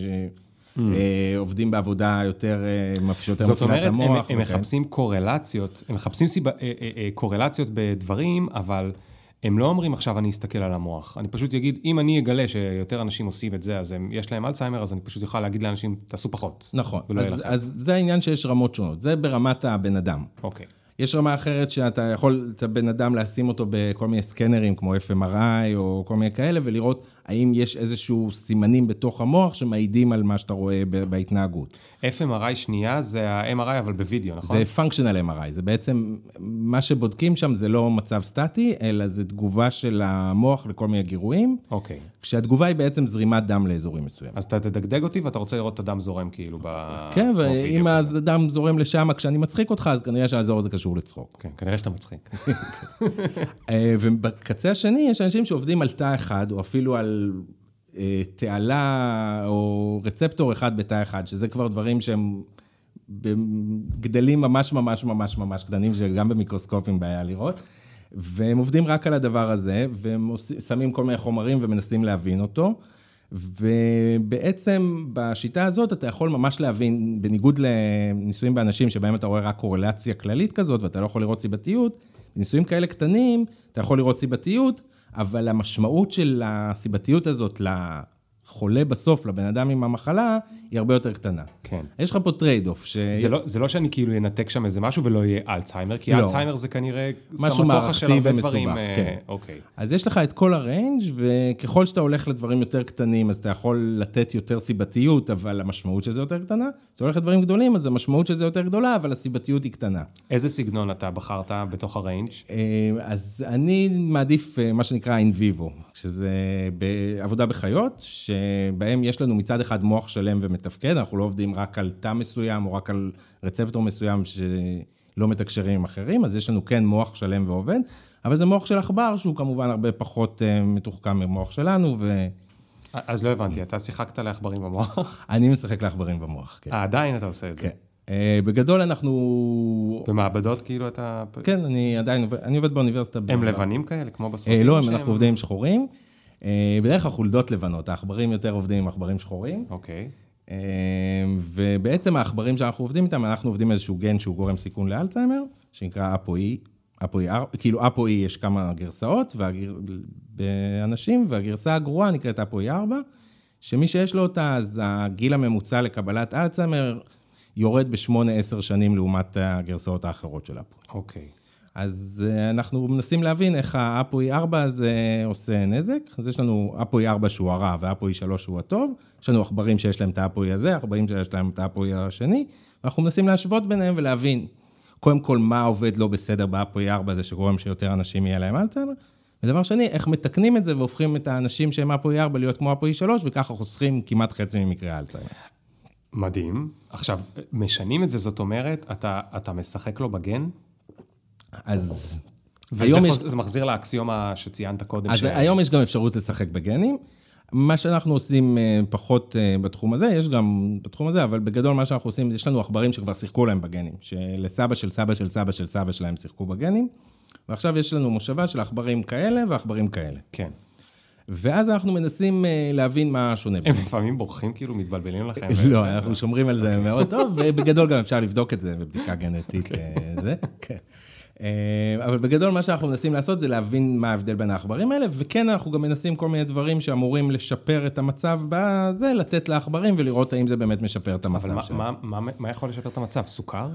שעובדים בעבודה יותר מפעילה את המוח. זאת אומרת, הם מחפשים קורלציות, הם מחפשים קורלציות בדברים, אבל הם לא אומרים עכשיו אני אסתכל על המוח. אני פשוט אגיד, אם אני אגלה שיותר אנשים עושים את זה, אז יש להם אלצהיימר, אז אני פשוט יכול להגיד לאנשים, תעשו פחות. נכון, אז זה העניין שיש רמות שונות, זה ברמת הבן אדם. אוקיי. יש רמה אחרת שאתה יכול, את הבן אדם לשים אותו בכל מיני סקנרים, כמו FMRI או כל מיני כאלה, ולראות האם יש איזשהו סימנים בתוך המוח שמעידים על מה שאתה רואה בהתנהגות. FMRI שנייה זה ה-MRI, אבל בווידאו, נכון? זה functional MRI, זה בעצם, מה שבודקים שם זה לא מצב סטטי, אלא זה תגובה של המוח לכל מיני גירויים. אוקיי. כשהתגובה היא בעצם זרימת דם לאזורים מסוימים. אז אתה תדגדג אותי ואתה רוצה לראות את הדם זורם כאילו כן, ואם הדם זורם לשם כשאני מצחיק אותך, אז כנראה שהאזור הזה קשור לצחוק. כן, כנראה שאתה מצחיק. ובקצה השני יש אנשים שעובדים על תא אחד, או אפילו על תעלה, או רצפטור אחד בתא אחד, שזה כבר דברים שהם גדלים ממש ממש ממש ממש קטנים, שגם במיקרוסקופים בעיה לראות, והם עובדים רק על הדבר הזה, והם שמים כל מיני חומרים ומנסים להבין אותו, ובעצם בשיטה הזאת אתה יכול ממש להבין, בניגוד לניסויים באנשים שבהם אתה רואה רק קורלציה כללית כזאת, ואתה לא יכול לראות סיבתיות, בניסויים כאלה קטנים אתה יכול לראות סיבתיות, אבל המשמעות של הסיבתיות הזאת לחולה בסוף, לבן אדם עם המחלה, היא הרבה יותר קטנה. כן. יש לך פה טרייד-אוף. זה לא שאני כאילו ינתק שם איזה משהו ולא יהיה אלצהיימר, כי אלצהיימר זה כנראה משהו מערכתי ומסובך. כן. אוקיי. אז יש לך את כל הריינג' וככל שאתה הולך לדברים יותר קטנים, אז אתה יכול לתת יותר סיבתיות, אבל המשמעות של זה יותר קטנה. אתה הולך לדברים גדולים, אז המשמעות של זה יותר גדולה, אבל הסיבתיות היא קטנה. איזה סגנון אתה בחרת בתוך הריינג'? אז אני מעדיף מה שנקרא in vivo, שזה בעבודה בחיות, שבהם יש לנו מצד אחד מוח שלם ומתפקד, אנחנו לא עובדים רק על תא מסוים, או רק על רצפטור מסוים שלא מתקשרים עם אחרים, אז יש לנו כן מוח שלם ועובד, אבל זה מוח של עכבר, שהוא כמובן הרבה פחות מתוחכם ממוח שלנו, אז לא הבנתי, אתה שיחקת לעכברים במוח? אני משחק לעכברים במוח, כן. עדיין אתה עושה את זה? כן. בגדול אנחנו... במעבדות כאילו אתה... כן, אני עובד באוניברסיטה. הם לבנים כאלה, כמו בסרטים? לא, אנחנו עובדים עם שחורים. בדרך כלל חולדות לבנות, העכברים יותר עובדים עם עכברים שחורים. אוקיי. ובעצם העכברים שאנחנו עובדים איתם, אנחנו עובדים איזשהו גן שהוא גורם סיכון לאלצהיימר, שנקרא ApoE, כאילו ApoE יש כמה גרסאות באנשים, והגרסה הגרועה נקראת ApoE4, שמי שיש לו אותה, אז הגיל הממוצע לקבלת אלצהיימר יורד ב8-10 שנים לעומת הגרסאות האחרות של ApoE. אוקיי. אז אנחנו מנסים להבין איך ה-ApoE4 הזה עושה נזק. אז יש לנו ApoE4 שהוא הרע ו-ApoE3 שהוא הטוב. יש לנו עכברים שיש להם את ה-ApoE הזה, עכברים שיש להם את ה-ApoE השני. ואנחנו מנסים להשוות ביניהם ולהבין, קודם כל, מה עובד לא בסדר ב-ApoE4 הזה, שגורם שיותר אנשים יהיה להם אלצהיימר. ודבר שני, איך מתקנים את זה והופכים את האנשים שהם ApoE4 להיות כמו ApoE3, וככה חוסכים כמעט חצי ממקרי האלצהיימר. מדהים. עכשיו, משנים את זה, זאת אומרת, אתה משחק לו בגן? אז זה מחזיר לאקסיומה שציינת קודם. אז היום יש גם אפשרות לשחק בגנים. מה שאנחנו עושים פחות בתחום הזה, יש גם בתחום הזה, אבל בגדול מה שאנחנו עושים, יש לנו עכברים שכבר שיחקו להם בגנים, שלסבא של סבא של סבא של סבא שלהם שיחקו בגנים, ועכשיו יש לנו מושבה של עכברים כאלה ועכברים כאלה. כן. ואז אנחנו מנסים להבין מה שונה. הם לפעמים בורחים, כאילו מתבלבלים לכם. לא, אנחנו שומרים על זה מאוד טוב, ובגדול גם אפשר לבדוק את זה בבדיקה גנטית. כן. אבל בגדול מה שאנחנו מנסים לעשות זה להבין מה ההבדל בין העכברים האלה, וכן אנחנו גם מנסים כל מיני דברים שאמורים לשפר את המצב בזה, לתת לעכברים ולראות האם זה באמת משפר את המצב שלהם. אבל מה יכול לשפר את המצב? סוכר?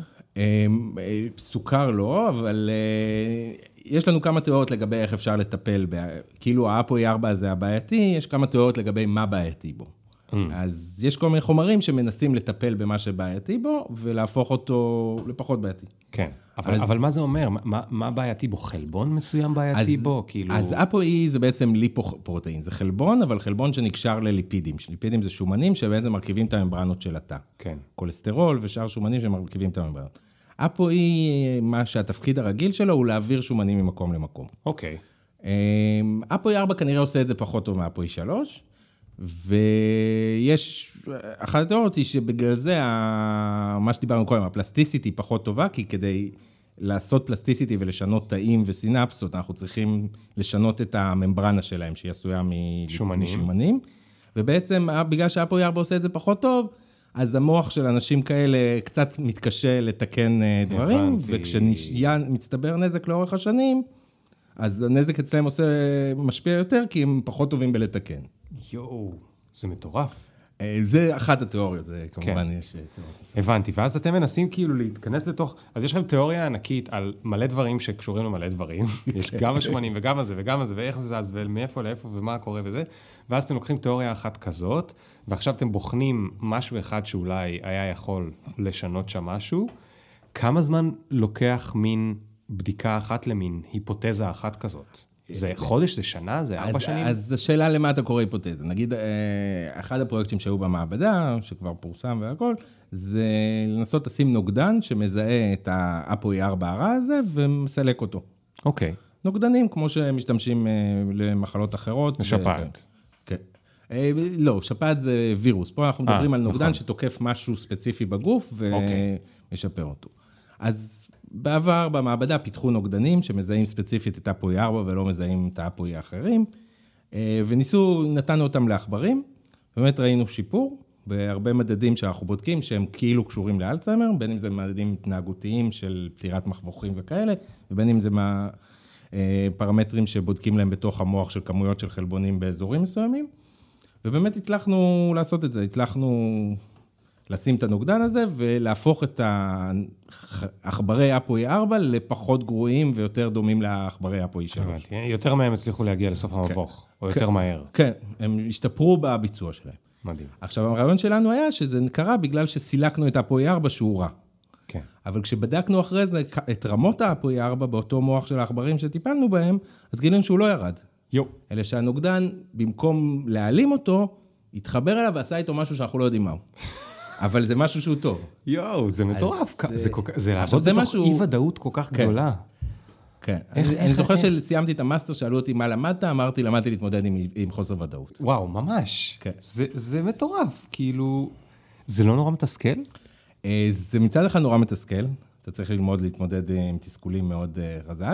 סוכר לא, אבל יש לנו כמה תיאוריות לגבי איך אפשר לטפל, כאילו ה-ApoE4 הזה הבעייתי, יש כמה תיאוריות לגבי מה בעייתי בו. אז יש כל מיני חומרים שמנסים לטפל במה שבעייתי בו, ולהפוך אותו לפחות בעייתי. כן, אבל מה זה אומר? מה בעייתי בו? חלבון מסוים בעייתי בו? אז ApoE זה בעצם ליפופרוטאין, זה חלבון, אבל חלבון שנקשר לליפידים. ליפידים זה שומנים שבעצם מרכיבים את הממברנות של התא. כן. כולסטרול ושאר שומנים שמרכיבים את הממברנות. ApoE, מה שהתפקיד הרגיל שלו הוא להעביר שומנים ממקום למקום. אוקיי. ApoE4 כנראה עושה את זה פחות טוב מ-ApoE3, ויש, אחת התיאוריות היא שבגלל זה, מה שדיברנו קודם, הפלסטיסיטי פחות טובה, כי כדי לעשות פלסטיסיטי ולשנות תאים וסינפסות, אנחנו צריכים לשנות את הממברנה שלהם, שהיא עשויה משומנים, ובעצם בגלל שה-ApoE4 עושה את זה פחות טוב, אז המוח של אנשים כאלה קצת מתקשה לתקן דברים, וכשמצטבר נזק לאורך השנים, אז הנזק אצלם משפיע יותר, כי הם פחות טובים בלתקן. יואו, זה מטורף. זה אחת התיאוריות, זה כמובן יש תיאוריות. הבנתי, ואז אתם מנסים כאילו להתכנס לתוך, אז יש לכם תיאוריה ענקית על מלא דברים שקשורים למלא דברים, יש גם השומנים וגם הזה וגם הזה, ואיך זה זז, ומאיפה לאיפה ומה קורה וזה, ואז אתם לוקחים תיאוריה אחת כזאת, ועכשיו אתם בוחנים משהו אחד שאולי היה יכול לשנות שם משהו, כמה זמן לוקח מין בדיקה אחת למין היפותזה אחת כזאת? זה חודש, זה שנה, זה 4 שנים? אז השאלה למה אתה קורא היפותזה. נגיד, אחד הפרויקטים שהיו במעבדה, שכבר פורסם והכל, זה לנסות לשים נוגדן שמזהה את ה-ApoE4 הרע הזה, ומסלק אותו. אוקיי. נוגדנים, כמו שמשתמשים למחלות אחרות. לשפעת. כן. לא, שפעת זה וירוס. פה אנחנו מדברים על נוגדן שתוקף משהו ספציפי בגוף, ומשפר אותו. אז בעבר במעבדה פיתחו נוגדנים שמזהים ספציפית את ApoE4 ולא מזהים את ה-ApoE האחרים, נתנו אותם לעכברים, באמת ראינו שיפור בהרבה מדדים שאנחנו בודקים שהם כאילו קשורים לאלצהיימר, בין אם זה מדדים התנהגותיים של פתירת מחבוכים וכאלה, ובין אם זה פרמטרים שבודקים להם בתוך המוח של כמויות של חלבונים באזורים מסוימים, ובאמת הצלחנו לעשות את זה, הצלחנו לשים את הנוגדן הזה ולהפוך את העכברי ApoE4 לפחות גרועים ויותר דומים לעכברי ApoE3. יותר מהם הצליחו להגיע לסוף המבוך, או יותר מהר. כן, הם השתפרו בביצוע שלהם. מדהים. עכשיו, הרעיון שלנו היה שזה קרה בגלל שסילקנו את ApoE4 שהוא רע. כן. אבל כשבדקנו אחרי זה את רמות ה-ApoE4 באותו מוח של העכברים שטיפלנו בהם, אז גילינו שהוא לא ירד. אלא שהנוגדן, במקום להעלים אותו, התחבר אליו ועשה איתו משהו שאנחנו לא יודעים מהו. אבל זה משהו שהוא טוב. יואו, זה מטורף. זה לעבוד בתוך אי-ודאות כל כך גדולה. כן. אני זוכר שסיימתי את המאסטר, שאלו אותי מה למדת, אמרתי, למדתי להתמודד עם חוסר ודאות. וואו, ממש. זה מטורף. כאילו, זה לא נורא מתסכל? זה מצד אחד נורא מתסכל. אתה צריך ללמוד להתמודד עם תסכולים מאוד חזק.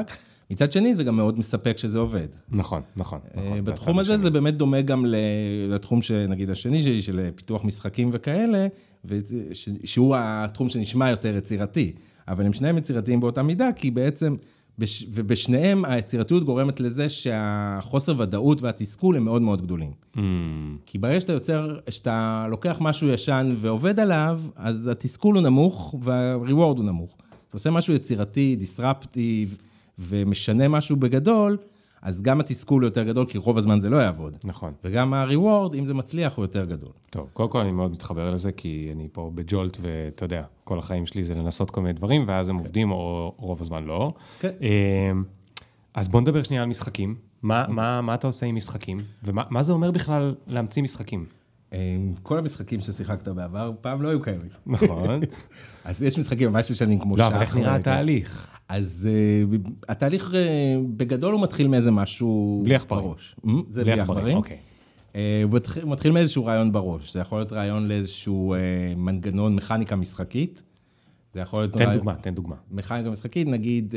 מצד שני, זה גם מאוד מספק שזה עובד. נכון. בתחום הזה זה באמת דומה גם לתחום שנגיד השני שלי, של פיתוח משחקים וכאלה, שהוא התחום שנשמע יותר יצירתי, אבל הם שניהם יצירתיים באותה מידה, כי בעצם, ובשניהם היצירתיות גורמת לזה שהחוסר ודאות והתסכול הם מאוד מאוד גדולים. כי ברגע שאתה לוקח משהו ישן ועובד עליו, אז התסכול הוא נמוך והריוורד הוא נמוך. אתה עושה משהו יצירתי, דיסרפטיב, ומשנה משהו בגדול, אז גם התסכול הוא יותר גדול, כי רוב הזמן זה לא יעבוד. נכון. וגם הריוורד, אם זה מצליח, הוא יותר גדול. טוב, קודם כל אני מאוד מתחבר לזה, כי אני פה בג'ולט, ואתה יודע, כל החיים שלי זה לנסות כל מיני דברים, ואז הם עובדים, או רוב הזמן לא. כן. אז בוא נדבר שנייה על משחקים. מה אתה עושה עם משחקים? ומה זה אומר בכלל להמציא משחקים? כל המשחקים ששיחקת בעבר, פעם לא היו כאלה. נכון. אז יש משחקים ממש שנים כמו לא, אבל איך נראה התהליך? אז התהליך בגדול הוא מתחיל מאיזה משהו בלי עכברים. בראש. זה בלי עכברים. אוקיי. הוא מתחיל מאיזשהו רעיון בראש. זה יכול להיות רעיון לאיזשהו מנגנון מכניקה משחקית. זה יכול להיות... תן דוגמה. מכניקה משחקית, נגיד,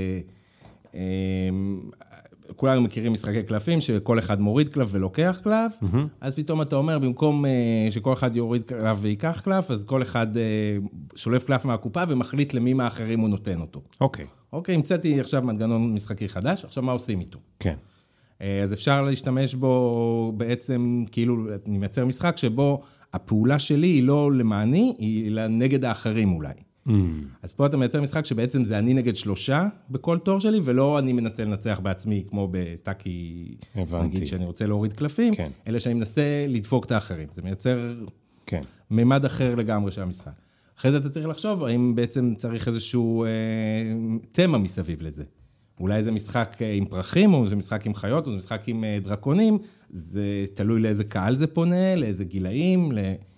כולנו מכירים משחקי קלפים, שכל אחד מוריד קלף ולוקח קלף, אז פתאום אתה אומר, במקום שכל אחד יוריד קלף ויקח קלף, אז כל אחד שולף קלף מהקופה ומחליט למי מהאחרים הוא נותן אותו. אוקיי, המצאתי עכשיו מנגנון משחקי חדש, עכשיו מה עושים איתו? כן. אז אפשר להשתמש בו בעצם, כאילו, אני מייצר משחק שבו הפעולה שלי היא לא למעני, היא נגד האחרים אולי. אז פה אתה מייצר משחק שבעצם זה אני נגד 3 בכל תור שלי, ולא אני מנסה לנצח בעצמי, כמו בטאקי, נגיד שאני רוצה להוריד קלפים, אלא שאני מנסה לדפוק את האחרים. זה מייצר מימד אחר לגמרי של המשחק. אחרי זה אתה צריך לחשוב, האם בעצם צריך איזשהו תמה מסביב לזה. אולי זה משחק עם פרחים, או זה משחק עם חיות, או זה משחק עם דרקונים, זה תלוי לאיזה קהל זה פונה, לאיזה גילאים,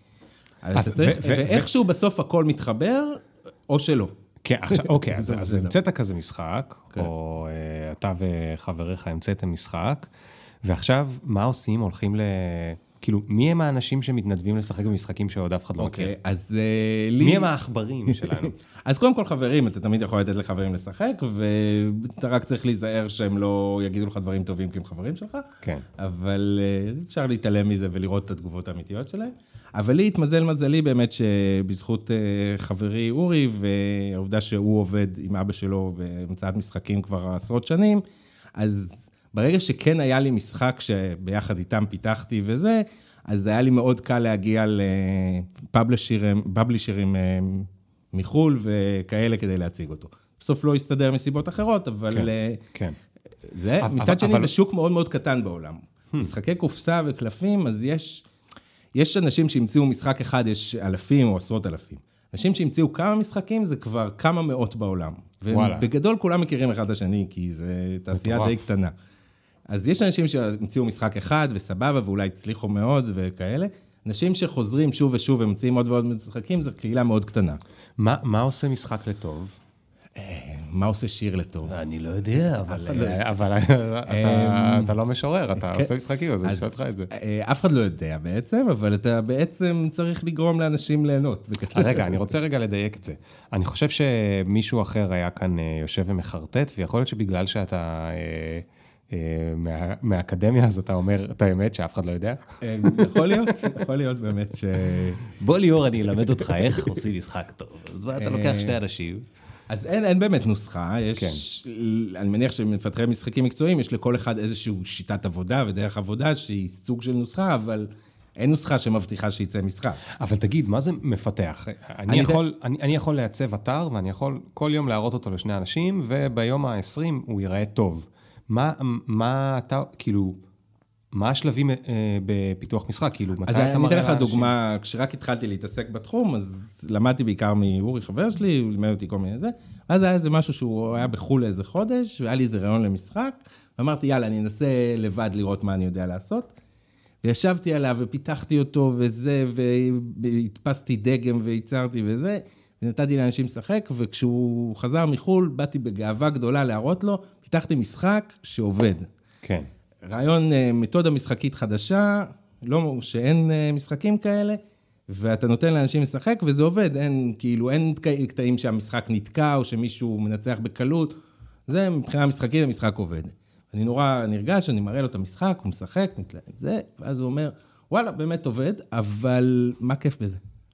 ואיכשהו בסוף הכל מתחבר, או שלא. כן, אוקיי, אז המצאת כזה משחק, או אתה וחבריך המצאתם משחק, ועכשיו מה עושים? הולכים כאילו, מי הם האנשים שמתנדבים לשחק במשחקים שעוד אף אחד לא מכיר? אז מי הם האחברים שלנו? אז קודם כל חברים, אתה תמיד יכול לתת לחברים לשחק, ואתה רק צריך להיזהר שהם לא יגידו לך דברים טובים כי הם חברים שלך, אבל אפשר להתעלם מזה ולראות את התגובות האמיתיות שלהם. אבל לי התמזל מזלי באמת שבזכות חברי אורי, והעובדה שהוא עובד עם אבא שלו במצאת משחקים כבר עשרות שנים, אז ברגע שכן היה לי משחק שביחד איתם פיתחתי וזה, אז היה לי מאוד קל להגיע לפאבלישרים מחול וכאלה כדי להציג אותו. בסוף לא הסתדר מסיבות אחרות, אבל זה, מצד שני זה שוק מאוד מאוד קטן בעולם. משחקי קופסה וקלפים, אז יש אנשים שהמציאו משחק אחד, יש אלפים או עשרות אלפים. אנשים שהמציאו כמה משחקים, זה כבר כמה מאות בעולם. ובגדול כולם מכירים אחד השני, כי זה תעשייה די קטנה. אז יש אנשים שהמציאו משחק אחד וסבבה, ואולי הצליחו מאוד וכאלה. אנשים שחוזרים שוב ושוב ומציעים עוד ועוד משחקים, זו קהילה מאוד קטנה. מה עושה משחק לטוב? מה עושה שיר לטוב? אני לא יודע, אבל אתה לא משורר, אתה עושה משחקים, אז אני שואל אותך את זה. אף אחד לא יודע בעצם, אבל אתה בעצם צריך לגרום לאנשים ליהנות. רגע, אני רוצה רגע לדייק את זה. אני חושב שמישהו אחר היה כאן יושב ומחרטט, ויכול להיות שבגלל שאתה מהאקדמיה, אז אתה אומר את האמת שאף אחד לא יודע? יכול להיות באמת ש... בוא ליאור, אני אלמד אותך איך עושים משחק טוב. אז אתה לוקח 2 אנשים. אז אין באמת נוסחה, אני מניח שמפתחי משחקים מקצועיים, יש לכל אחד איזושהי שיטת עבודה ודרך עבודה שהיא סוג של נוסחה, אבל אין נוסחה שמבטיחה שיצא משחק. אבל תגיד, מה זה מפתח? אני יכול לייצב אתר, ואני יכול כל יום להראות אותו ל2 אנשים, וביום ה-20 הוא ייראה טוב. מה אתה, כאילו, מה השלבים בפיתוח משחק? כאילו, מתי אתה מראה לאנשים? אז אני אתן לך דוגמה, כשרק התחלתי להתעסק בתחום, אז למדתי בעיקר מאורי חבר שלי, הוא לימד אותי כל מיני זה, אז היה איזה משהו שהוא היה בחול איזה חודש, והיה לי איזה רעיון למשחק, ואמרתי, יאללה, אני אנסה לבד לראות מה אני יודע לעשות, וישבתי עליו ופיתחתי אותו וזה, והדפסתי דגם וייצרתי וזה, ונתתי לאנשים לשחק, וכשהוא חזר מחול, באתי בגאווה גדולה להראות לו, פיתחתי משחק שעובד. כן. רעיון, מתודה משחקית חדשה, לא, שאין משחקים כאלה, ואתה נותן לאנשים לשחק, וזה עובד, אין קטעים שהמשחק נתקע, או שמישהו מנצח בקלות, זה מבחינה משחקית, המשחק עובד. אני נורא נרגש, אני מראה לו את המשחק, הוא משחק, מתלהב עם זה, ואז הוא אומר, וואלה, באמת עובד, אבל מה כיף בזה?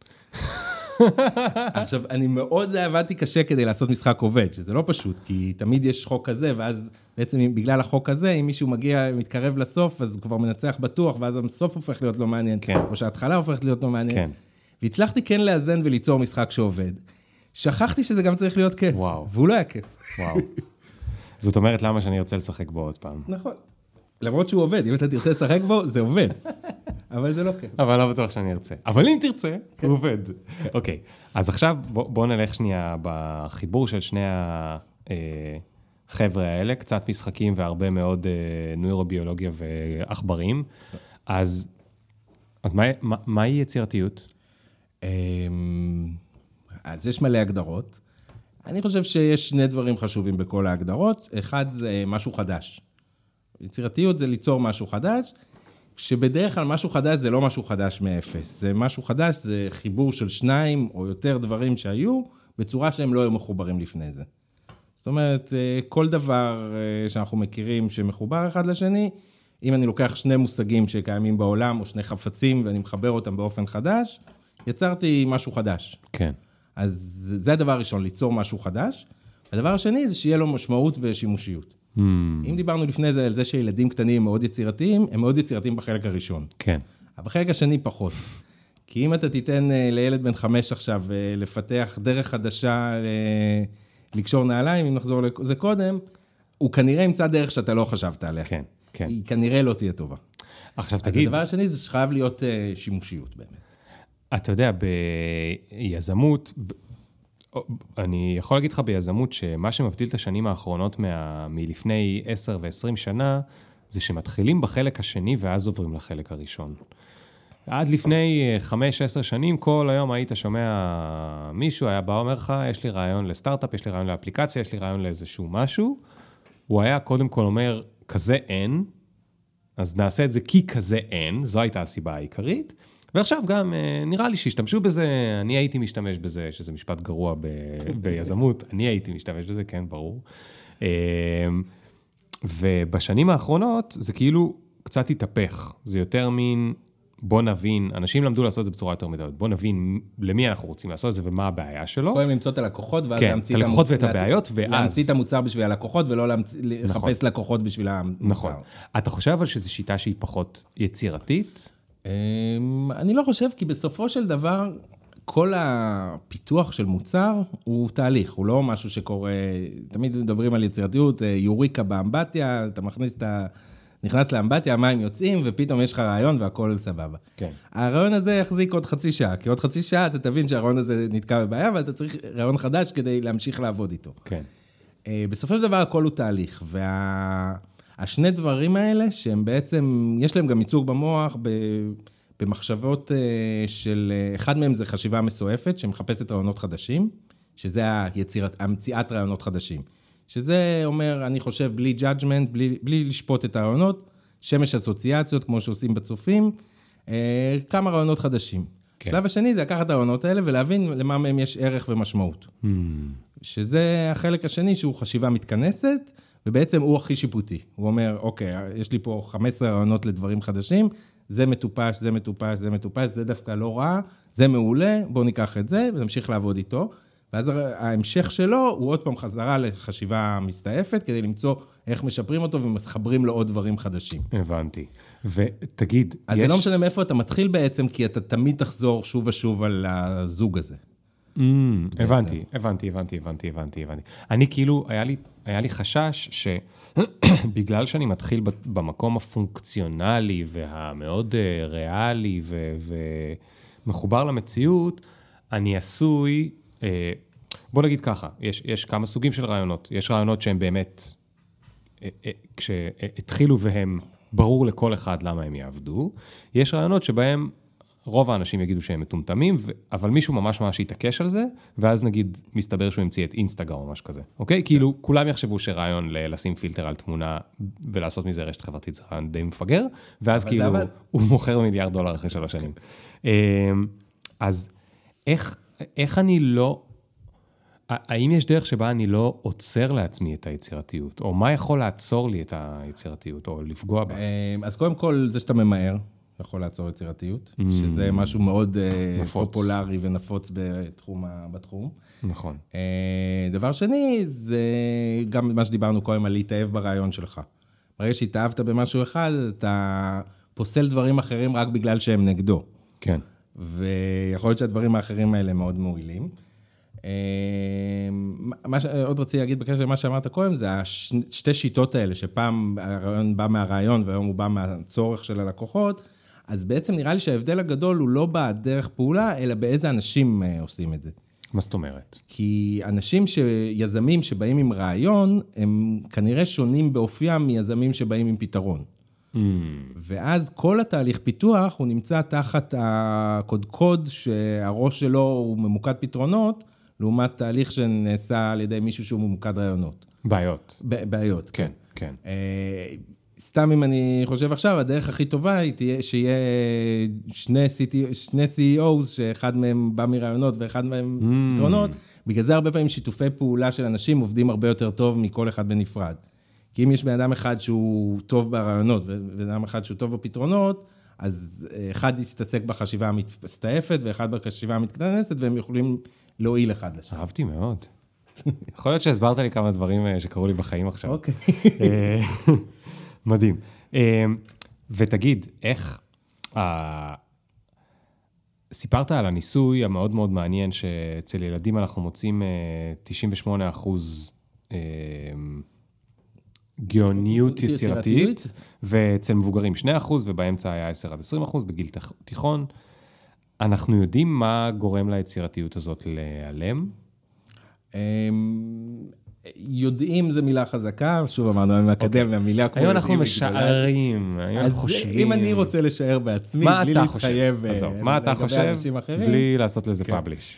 עכשיו, אני מאוד עבדתי קשה כדי לעשות משחק עובד, שזה לא פשוט, כי תמיד יש חוק כזה, ואז בעצם בגלל החוק הזה, אם מישהו מגיע, מתקרב לסוף, אז הוא כבר מנצח בטוח, ואז הסוף הופך להיות לא מעניין, כן. או שההתחלה הופכת להיות לא מעניין. כן. והצלחתי כן לאזן וליצור משחק שעובד. שכחתי שזה גם צריך להיות כיף, וואו. והוא לא היה כיף. וואו. זאת אומרת, למה שאני ארצה לשחק בו עוד פעם? נכון. למרות שהוא עובד, אם אתה תרצה לשחק בו, זה עובד. אבל זה לא כיף. אבל לא בטוח שאני ארצה. אבל אם תרצה, הוא עובד. אוקיי, אז עכשיו בוא נלך שנייה בחיבור של שני החבר'ה האלה, קצת משחקים והרבה מאוד נוירוביולוגיה ועכברים. אז מהי יצירתיות? אז יש מלא הגדרות. אני חושב שיש שני דברים חשובים בכל ההגדרות. אחד זה משהו חדש. יצירתיות זה ליצור משהו חדש, שבדרך כלל משהו חדש זה לא משהו חדש מאפס. זה משהו חדש, זה חיבור של שניים או יותר דברים שהיו, בצורה שהם לא היו מחוברים לפני זה. זאת אומרת, כל דבר שאנחנו מכירים שמחובר אחד לשני, אם אני לוקח שני מושגים שקיימים בעולם, או שני חפצים, ואני מחבר אותם באופן חדש, יצרתי משהו חדש. כן. אז זה הדבר הראשון, ליצור משהו חדש. הדבר השני זה שיהיה לו משמעות ושימושיות. אם דיברנו לפני זה על זה שילדים קטנים מאוד יצירתיים, הם מאוד יצירתיים בחלק הראשון. כן. אבל בחלק השני פחות. כי אם אתה תיתן לילד בן 5 עכשיו לפתח דרך חדשה לקשור נעליים, אם נחזור לזה קודם, הוא כנראה ימצא דרך שאתה לא חשבת עליה. כן, כן. היא כנראה לא תהיה טובה. עכשיו אז תגיד, הדבר השני זה שחייב להיות שימושיות באמת. אתה יודע, ביזמות, אני יכול להגיד לך ביזמות שמה שמבדיל את השנים האחרונות מלפני 10 ו-20 שנה, זה שמתחילים בחלק השני ואז עוברים לחלק הראשון. עד לפני 5-10 שנים, כל היום היית שומע מישהו, היה בא אומר לך, יש לי רעיון לסטארט-אפ, יש לי רעיון לאפליקציה, יש לי רעיון לאיזשהו משהו. הוא היה קודם כל אומר, כזה אין, אז נעשה את זה כי כזה אין, זו הייתה הסיבה העיקרית. ועכשיו גם נראה לי שהשתמשו בזה, אני הייתי משתמש בזה, שזה משפט גרוע ביזמות, אני הייתי משתמש בזה, כן, ברור. ובשנים האחרונות זה כאילו קצת התהפך, זה יותר מין, בוא נבין, אנשים למדו לעשות את זה בצורה יותר מדויקת, בוא נבין למי אנחנו רוצים לעשות את זה ומה הבעיה שלו. יכולים למצוא את הלקוחות, ואז להמציא את הלקוחות ואת הבעיות, ואז להמציא את המוצר בשביל הלקוחות, ולא לחפש לקוחות בשביל המוצר. נכון. אתה חושב אבל שזו שיטה שהיא פחות יצירתית? אני לא חושב, כי בסופו של דבר, כל הפיתוח של מוצר הוא תהליך, הוא לא משהו שקורה, תמיד מדברים על יצירתיות, יוריקה באמבטיה, אתה נכנס לאמבטיה, המים יוצאים, ופתאום יש לך רעיון והכל סבבה. כן. הרעיון הזה יחזיק עוד חצי שעה, כי עוד חצי שעה אתה תבין שהרעיון הזה נתקע בבעיה, ואתה צריך רעיון חדש כדי להמשיך לעבוד איתו. כן. בסופו של דבר הכל הוא תהליך, השני דברים האלה, שהם בעצם, יש להם גם ייצוג במוח, במחשבות של, אחד מהם זה חשיבה מסועפת, שמחפשת רעיונות חדשים, שזה המציאת רעיונות חדשים. שזה אומר, אני חושב, בלי judgment, בלי לשפוט את הרעיונות, שמש אסוציאציות, כמו שעושים בצופים, כמה רעיונות חדשים. כן. שלב השני זה לקחת את הרעיונות האלה, ולהבין למה מהם יש ערך ומשמעות. שזה החלק השני, שהוא חשיבה מתכנסת, ובעצם הוא הכי שיפוטי. הוא אומר, אוקיי, יש לי פה 15 רעיונות לדברים חדשים, זה מטופש, זה מטופש, זה מטופש, זה דווקא לא רע, זה מעולה, בואו ניקח את זה, ונמשיך לעבוד איתו. ואז ההמשך שלו, הוא עוד פעם חזרה לחשיבה מסתעפת, כדי למצוא איך משפרים אותו, ומחברים לו עוד דברים חדשים. הבנתי. ותגיד, אז זה לא משנה מאיפה אתה מתחיל בעצם, כי אתה תמיד תחזור שוב ושוב על הזוג הזה. הבנתי. אני כאילו, היה לי חשש שבגלל שאני מתחיל במקום הפונקציונלי והמאוד ריאלי ומחובר למציאות, אני עשוי, בוא נגיד ככה, יש כמה סוגים של רעיונות. יש רעיונות שהם באמת, כשהתחילו והם ברור לכל אחד למה הם יעבדו. יש רעיונות שבהם רוב האנשים יגידו שהם מטומטמים, אבל מישהו ממש ממש יתעקש על זה, ואז נגיד מסתבר שהוא המציא את אינסטגרם או משהו כזה. אוקיי? כאילו, כולם יחשבו שרעיון לשים פילטר על תמונה ולעשות מזה רשת חברתית, זה רעיון די מפגר, ואז כאילו הוא מוכר $1 מיליארד אחרי 3 שנים. אז איך אני לא, האם יש דרך שבה אני לא עוצר לעצמי את היצירתיות? או מה יכול לעצור לי את היצירתיות, או לפגוע בה? אז קודם כל, זה שאתה ממהר, יכול לעצור יצירתיות, שזה משהו מאוד פופולרי ונפוץ בתחום. נכון. דבר שני, זה גם מה שדיברנו קודם על להתאהב ברעיון שלך. ברגע שהתאהבת במשהו אחד, אתה פוסל דברים אחרים רק בגלל שהם נגדו. כן. ויכול להיות שהדברים האחרים האלה מאוד מועילים. עוד רציתי להגיד בקשר למה שאמרת קודם, זה שתי שיטות האלה, שפעם הרעיון בא מהרעיון, והיום הוא בא מהצורך של הלקוחות, אז בעצם נראה לי שההבדל הגדול הוא לא בדרך פעולה, אלא באיזה אנשים עושים את זה. מה זאת אומרת? כי יזמים שבאים עם רעיון, הם כנראה שונים באופיים מיזמים שבאים עם פתרון. ואז כל התהליך פיתוח, הוא נמצא תחת הקודקוד שהראש שלו הוא ממוקד פתרונות, לעומת תהליך שנעשה על ידי מישהו שהוא ממוקד רעיונות. בעיות. בעיות, כן, כן. סתם אם אני חושב עכשיו, הדרך הכי טובה היא תהיה שיהיה שני CEOs, שאחד מהם בא מרעיונות ואחד מהם פתרונות, בגלל זה הרבה פעמים שיתופי פעולה של אנשים עובדים הרבה יותר טוב מכל אחד בנפרד. כי אם יש בן אדם אחד שהוא טוב ברעיונות, ובן אדם אחד שהוא טוב בפתרונות, אז אחד יסתעסק בחשיבה המסתעפת, ואחד בחשיבה המתכנסת, והם יכולים להועיל אחד לשם. אהבתי מאוד. יכול להיות שהסברת לי כמה דברים שקרו לי בחיים עכשיו. אוקיי. מדהים. ותגיד, איך... סיפרת על הניסוי המאוד מאוד מעניין, שאצל ילדים אנחנו מוצאים 98% גאוניות יצירתית, ואצל מבוגרים 2%, ובאמצע היה 10-20% בגיל תיכון. אנחנו יודעים מה גורם ליצירתיות הזאת להיעלם? יודעים זה מילה חזקה, שוב אמרנו, עם האקדמיה, מילה כמו... היום אנחנו משערים, היום חושבים. אם אני רוצה לשער בעצמי, בלי להתחייב... מה אתה חושב? בלי לעשות לזה פאבליש.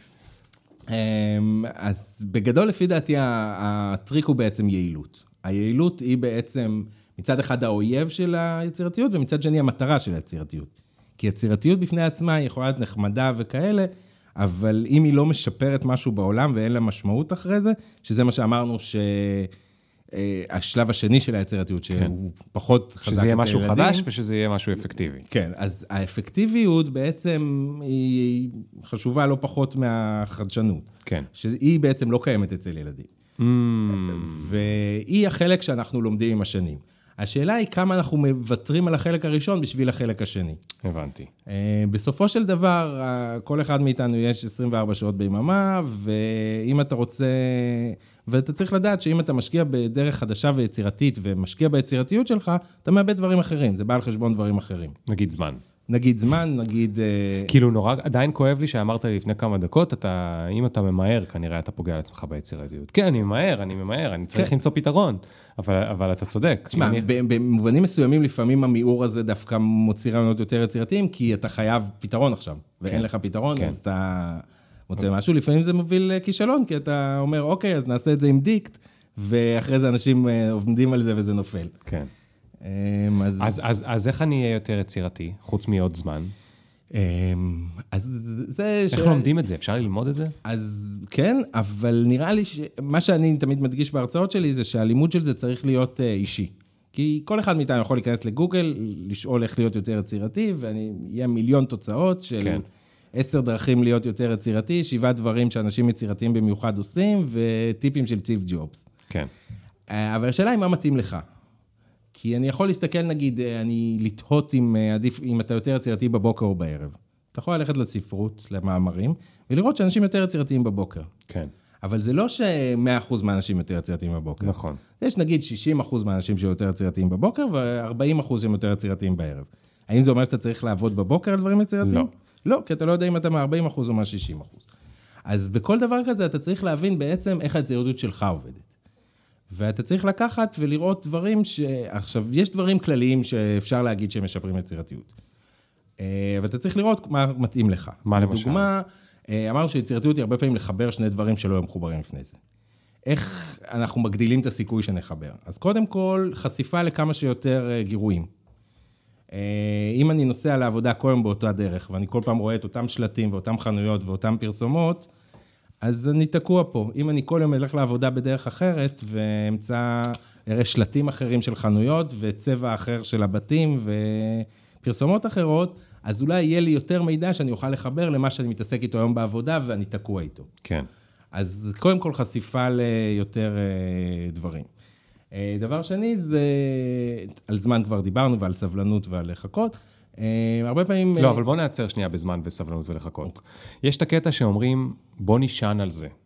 אז בגדול, לפי דעתי, הטריק הוא בעצם יעילות. היעילות היא בעצם מצד אחד האויב של היצירתיות, ומצד שני המטרה של היצירתיות. כי יצירתיות בפני עצמה היא יכולה להיות נחמדה וכאלה, אבל אם היא לא משפרת משהו בעולם ואין לה משמעות אחרי זה, שזה מה שאמרנו שהשלב השני של היצירתיות, שהוא פחות חזק אצל ילדים. שזה יהיה משהו חדש ושזה יהיה משהו אפקטיבי. כן, אז האפקטיביות בעצם היא חשובה לא פחות מהחדשנות. כן. שהיא בעצם לא קיימת אצל ילדים. והיא החלק שאנחנו לומדים עם השנים. השאלה היא כמה אנחנו מוותרים על החלק הראשון בשביל החלק השני. הבנתי. בסופו של דבר, כל אחד מאיתנו יש 24 שעות ביממה, ואם אתה רוצה, ואתה צריך לדעת שאם אתה משקיע בדרך חדשה ויצירתית, ומשקיע ביצירתיות שלך, אתה מאבד דברים אחרים, זה בא על חשבון דברים אחרים. נגיד זמן. נגיד... כאילו נורא, עדיין כואב לי שאמרת לי לפני כמה דקות, אם אתה ממהר, כנראה אתה פוגע על עצמך ביצירתיות. כן, אני ממהר, אני צריך למצוא פתרון, אבל אתה צודק. תשמע, במובנים מסוימים לפעמים המיעור הזה דווקא מוציא רעיונות יותר יצירתיים, כי אתה חייב פתרון עכשיו, ואין לך פתרון, אז אתה מוצא משהו. לפעמים זה מוביל לכישלון, כי אתה אומר, אוקיי, אז נעשה את זה עם דיקט, ואחרי זה אנשים עובדים על זה וזה נופל. כן. אז איך אני אהיה יותר יצירתי, חוץ מעוד זמן? איך לומדים את זה? אפשר ללמוד את זה? אז כן, אבל נראה לי שמה שאני תמיד מדגיש בהרצאות שלי, זה שהלימוד של זה צריך להיות אישי. כי כל אחד מאיתנו יכול להיכנס לגוגל, לשאול איך להיות יותר יצירתי, ויהיה מיליון תוצאות של 10 דרכים להיות יותר יצירתי, 7 דברים שאנשים יצירתיים במיוחד עושים, וטיפים של ציב ג'ובס. כן. אבל השאלה היא מה מתאים לך. כי אני יכול להסתכל, נגיד, אני לתהות אם אתה יותר יצירתי בבוקר או בערב. אתה יכול ללכת לספרות, למאמרים, ולראות שאנשים יותר יצירתיים בבוקר. כן. אבל זה לא ש100% מהאנשים יותר יצירתיים בבוקר. נכון. יש נגיד 60% מהאנשים שיותר יצירתיים בבוקר, ו40% שהם יותר יצירתיים בערב. האם זה אומר שאתה צריך לעבוד בבוקר על דברים יצירתיים? לא. לא, כי אתה לא יודע אם אתה מה-40% או מה-60%. אז בכל דבר כזה אתה צריך להבין בעצם איך היצירתיות שלך עובדת. ואתה צריך לקחת ולראות דברים עכשיו, יש דברים כלליים שאפשר להגיד שהם משפרים יצירתיות. ואתה צריך לראות מה מתאים לך. מה למשל? לדוגמה, אמרנו שיצירתיות היא הרבה פעמים לחבר שני דברים שלא הם מחוברים לפני זה. איך אנחנו מגדילים את הסיכוי שנחבר? אז קודם כל, חשיפה לכמה שיותר גירויים. אם אני נוסע לעבודה כל יום באותה דרך, ואני כל פעם רואה את אותם שלטים ואותם חנויות ואותם פרסומות, אז אני תקוע פה. אם אני כל יום אלך לעבודה בדרך אחרת, ואמצא שלטים אחרים של חנויות, וצבע אחר של הבתים, ופרסומות אחרות, אז אולי יהיה לי יותר מידע שאני אוכל לחבר למה שאני מתעסק איתו היום בעבודה, ואני תקוע איתו. כן. אז קודם כל חשיפה ליותר דברים. דבר שני זה, על זמן כבר דיברנו, ועל סבלנות ועל לחכות. הרבה פעמים... לא, אבל בוא נעצר שנייה בזמן וסבלנות ולחכות. יש את הקטע שאומרים, בוא נשען על זה.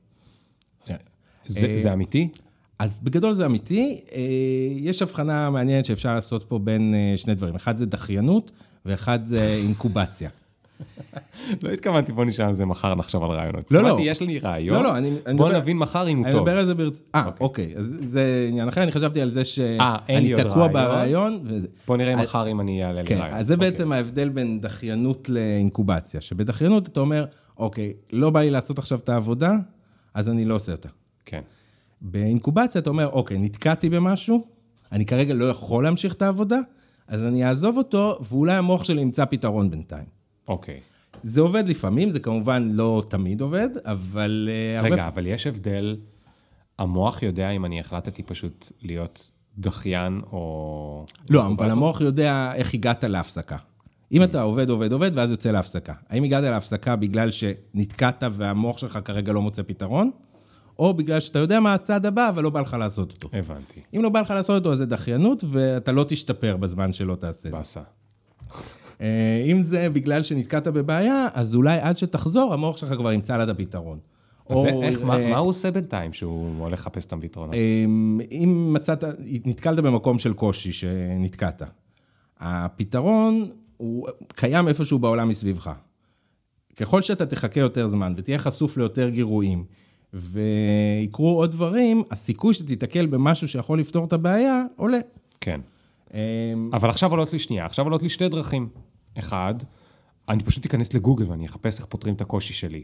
זה אמיתי? אז בגדול זה אמיתי. יש הבחנה מעניינת שאפשר לעשות פה בין שני דברים. אחד זה דחיינות, ואחד זה אינקובציה. לא התכוונתי, בוא נשאל על זה מחר, נחשוב על רעיונות. לא, לא. יש לי רעיון, לא, בוא נבין מחר אם הוא טוב. אני מדבר על זה אוקיי. אז זה עניין אחר, אני חשבתי על זה שאני תקוע ברעיון. בוא נראה מחר אם אני אעלה לי רעיון. אז זה בעצם ההבדל בין דחיינות לאינקובציה, שבדחיינות אתה אומר, אוקיי, לא בא לי לעשות עכשיו את העבודה, אז אני לא עושה אותה. כן. באינקובציה אתה אומר, אוקיי, נתקעתי במשהו, אני כרגע לא יכול להמשיך את העבודה, אז אני אעזוב אותו, ואולי המוח שלי ימצא פתרון בינתיים. אוקיי. זה עובד לפעמים, זה כמובן לא תמיד עובד, אבל... רגע, אבל יש הבדל, המוח יודע אם אני החלטתי פשוט להיות דחיין או... לא, אבל המוח יודע איך הגעת להפסקה. אם אתה עובד, ואז יוצא להפסקה. האם הגעת להפסקה בגלל שנתקעת והמוח שלך כרגע לא מוצא פתרון? או בגלל שאתה יודע מה הצעד הבא, אבל לא בא לך לעשות אותו. הבנתי. אם לא בא לך לעשות אותו, אז זה דחיינות, ואתה לא תשתפר בזמן שלא תעשה. בסה. אם זה בגלל שנתקעת בבעיה, אז אולי עד שתחזור, המוח שלך כבר ימצא לה את הפתרון. אז מה הוא עושה בינתיים שהוא הולך לחפש את הפתרונות? אם נתקלת במקום של קושי שנתקעת, הפתרון הוא קיים איפשהו בעולם מסביבך. ככל שאתה תחכה יותר זמן ותהיה חשוף ליותר גירויים, ויקרו עוד דברים, הסיכוי שתתקל במשהו שיכול לפתור את הבעיה, עולה. כן. אבל עכשיו עולות לי שתי דרכים. אחד, אני פשוט אכנס לגוגל ואני אחפש איך פותרים את הקושי שלי.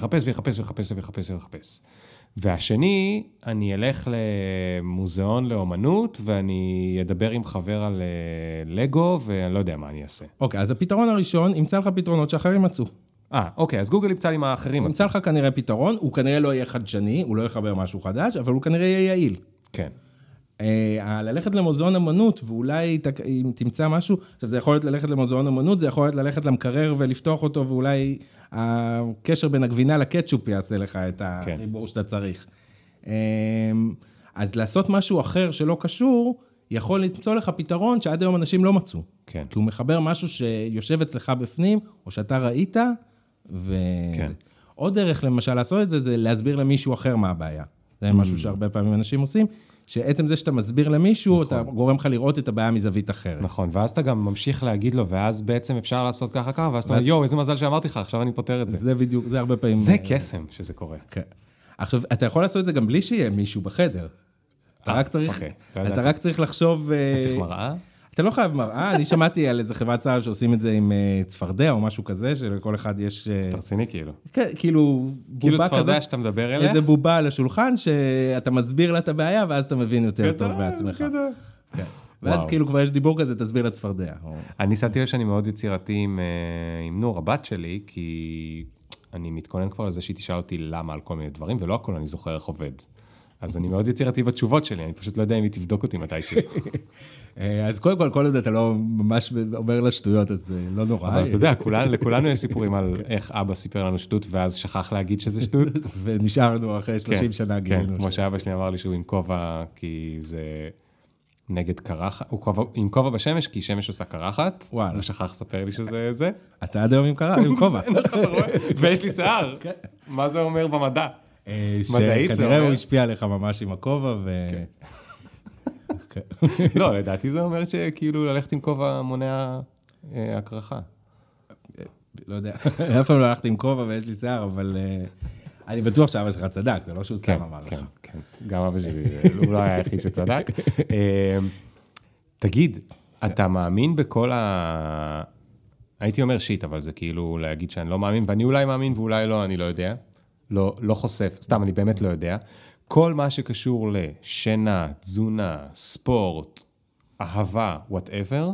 ויחפש. והשני, אני אלך למוזיאון לאומנות, ואני אדבר עם חבר על לגו, ואני לא יודע מה אני אעשה. אוקיי, אז הפתרון הראשון, ימצא לך פתרונות שאחרים מצאו. אוקיי, אז גוגל ימצא לי מה האחרים. ימצא לך כנראה פתרון, הוא כנראה לא יהיה חדשני, הוא לא יחבר משהו חדש, אבל הוא כנראה יהיה יעיל. כן. ללכת למוזיאון אמנות, ואולי אם תמצא משהו, עכשיו זה יכול להיות ללכת למוזיאון אמנות, זה יכול להיות ללכת למקרר ולפתוח אותו, ואולי הקשר בין הגבינה לקטשופ יעשה לך את החיבור שאתה צריך. אז לעשות משהו אחר שלא קשור, יכול למצוא לך פתרון שעד היום אנשים לא מצאו. כן. כי הוא מחבר משהו שיושב אצלך בפנים, או שאתה ראית, כן. עוד דרך למשל לעשות את זה, זה להסביר למישהו אחר מה הבעיה. זה משהו שהרבה פעמים אנשים עושים, שעצם זה שאתה מסביר למישהו, אתה גורם לך לראות את הבעיה מזווית אחרת. נכון, ואז אתה גם ממשיך להגיד לו, ואז בעצם אפשר לעשות ככה, ואז אתה אומר, יו, איזה מזל שאמרתי לך, עכשיו אני פותר את זה. זה בדיוק, זה הרבה פעמים... זה קסם שזה קורה. כן. עכשיו, אתה יכול לעשות את זה גם בלי שיהיה מישהו בחדר. אתה רק צריך לחשוב... אתה צריך מראה? אתה לא חייב מראה, אני שמעתי על איזה חברת צער שעושים את זה עם צפרדע או משהו כזה, שלכל אחד יש... תרציני כאילו. כן, כאילו בובה כזה. כאילו צפרדע שאתה מדבר אליה? איזה בובה על השולחן, שאתה מסביר לה את הבעיה, ואז אתה מבין יותר טוב בעצמך. ואז כאילו כבר יש דיבור כזה, תסביר לצפרדע. אני שמתי לב שאני מאוד יצירתי עם נור, הבת שלי, כי אני מתכונן כבר לזה שהיא תשאל אותי למה על כל מיני דברים, ולא הכל אני זוכר איך עובד. אז אני מאוד יצירתי בתשובות שלי, אני פשוט לא יודע אם היא תבדוק אותי מתישהו. אז קודם כל עוד אתה לא ממש אומר לה שטויות, אז לא נורא. אבל אתה יודע, לכולנו יש סיפורים על איך אבא סיפר לנו שטות, ואז שכח להגיד שזה שטות. ונשארנו אחרי 30 שנה גילינו. כן, כמו שאבא שלי אמר לי שהוא עם כובע, כי זה נגד קרחת, הוא עם כובע בשמש, כי שמש עושה קרחת, הוא שכח לספר לי שזה זה. אתה עד היום עם כובע. ויש לי שיער. מה זה אומר במדע? שכנראה הוא השפיע עליך ממש עם הכובע לא, לדעתי זה אומר שכאילו ללכת עם כובע מונע הקרחה. לא יודע, אף פעם לא הלכתי עם כובע ויש לי שיער, אבל אני בטוח שאבא שלך צדק, זה לא שהוא סתם אמר לך. כן, כן, גם אבא שלי, הוא לא היה היחיד שצדק. תגיד, אתה מאמין בכל הייתי אומר שיט, אבל זה כאילו להגיד שאני לא מאמין, ואני אולי מאמין ואולי לא, אני לא יודע. לא חושף, סתם, אני באמת לא יודע. כל מה שקשור לשינה, תזונה, ספורט, אהבה, whatever,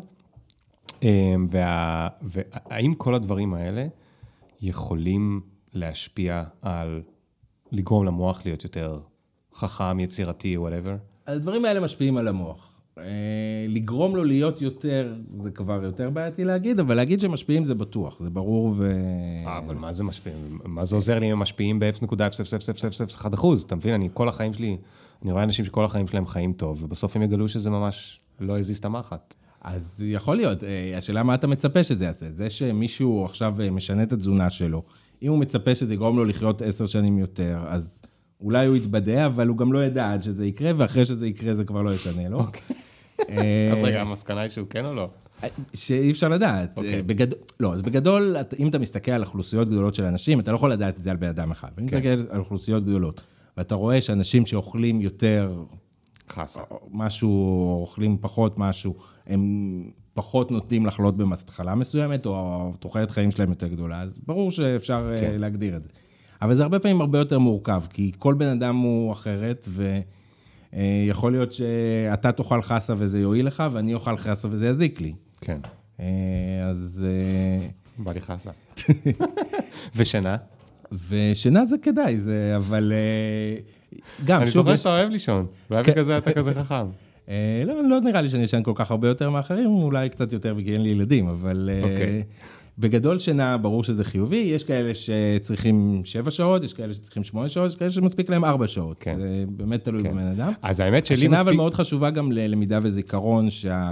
והאם כל הדברים האלה יכולים להשפיע על לגרום למוח להיות יותר חכם, יצירתי, whatever? הדברים האלה משפיעים על המוח. לגרום לו להיות יותר, זה כבר יותר בעייתי להגיד, אבל להגיד שמשפיעים זה בטוח, זה ברור אבל מה זה משפיעים? מה זה עוזר לי אם הם משפיעים ב-0.00001%? אתה מבין, כל החיים שלי, אני רואה אנשים שכל החיים שלהם חיים טוב, ובסוף הם יגלו שזה ממש לא הזיז את המחט. אז יכול להיות, השאלה מה אתה מצפה שזה יעשה? זה שמישהו עכשיו משנה את התזונה שלו, אם הוא מצפה שזה יגרום לו לחיות 10 שנים יותר, אז אולי הוא יתבדע, אבל הוא גם לא ידע עד שזה יקרה, ואחרי שזה יקרה זה כבר לא ישנה לו. אז רגע, המסקנה היא שהוא כן או לא? שאי אפשר לדעת. לא, אז בגדול, אם אתה מסתכל על אוכלוסיות גדולות של אנשים, אתה לא יכול לדעת את זה על בן אדם אחד. אם אתה מסתכל על אוכלוסיות גדולות, ואתה רואה שאנשים שאוכלים יותר משהו, או אוכלים פחות משהו, הם פחות נוטים לחלות במחלה מסוימת, או תוחלת חיים שלהם יותר גדולה, אז ברור שאפשר להגדיר את זה. אבל זה הרבה פעמים הרבה יותר מורכב, כי כל בן אדם הוא אחרת, ויכול להיות שאתה תאכל חסה וזה יועיל לך, ואני אוכל חסה וזה יזיק לי. כן. אז... בא לי חסה. ושינה? ושינה זה כדאי, אבל גם... אני זוכר שאתה אוהב לישון, אולי בגלל אתה כזה חכם. לא נראה לי שאני ישן כל כך הרבה יותר מאחרים, אולי קצת יותר כי אין לי ילדים, אבל בגדול שינה ברור שזה חיובי, יש כאלה שצריכים 7 שעות, יש כאלה שצריכים 8 שעות, יש כאלה שמספיק להם 4 שעות, זה באמת תלוי בבן אדם. אז האמת שלי מספיק... השינה אבל מאוד חשובה גם ללמידה וזיכרון,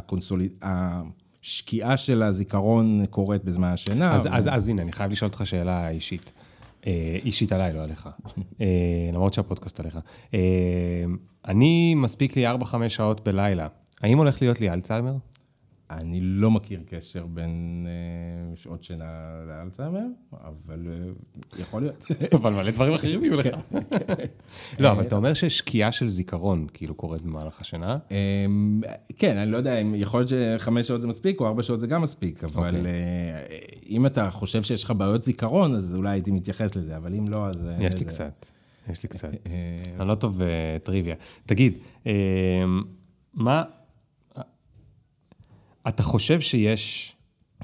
שהשקיעה של הזיכרון קורית בזמן השינה. אז הנה, אני חייב לשאול אותך שאלה אישית. אישית עליי, לא עליך. למרות שהפודקאסט עליך. אני מספיק לי 4-5 שעות בלילה. האם הולך להיות לי אלצהיימר? אני לא מכיר קשר בין שעות שינה לאלצהיימר, אבל יכול להיות. אבל מלא דברים אחרים יהיו לך. לא, אבל אתה אומר ששקיעה של זיכרון כאילו קורית במהלך השינה? כן, אני לא יודע, יכול להיות ש5 שעות זה מספיק, או 4 שעות זה גם מספיק, אבל אם אתה חושב שיש לך בעיות זיכרון, אז אולי הייתי מתייחס לזה, אבל אם לא, אז... יש לי קצת. אני לא טוב טריוויה. תגיד, מה... אתה חושב שיש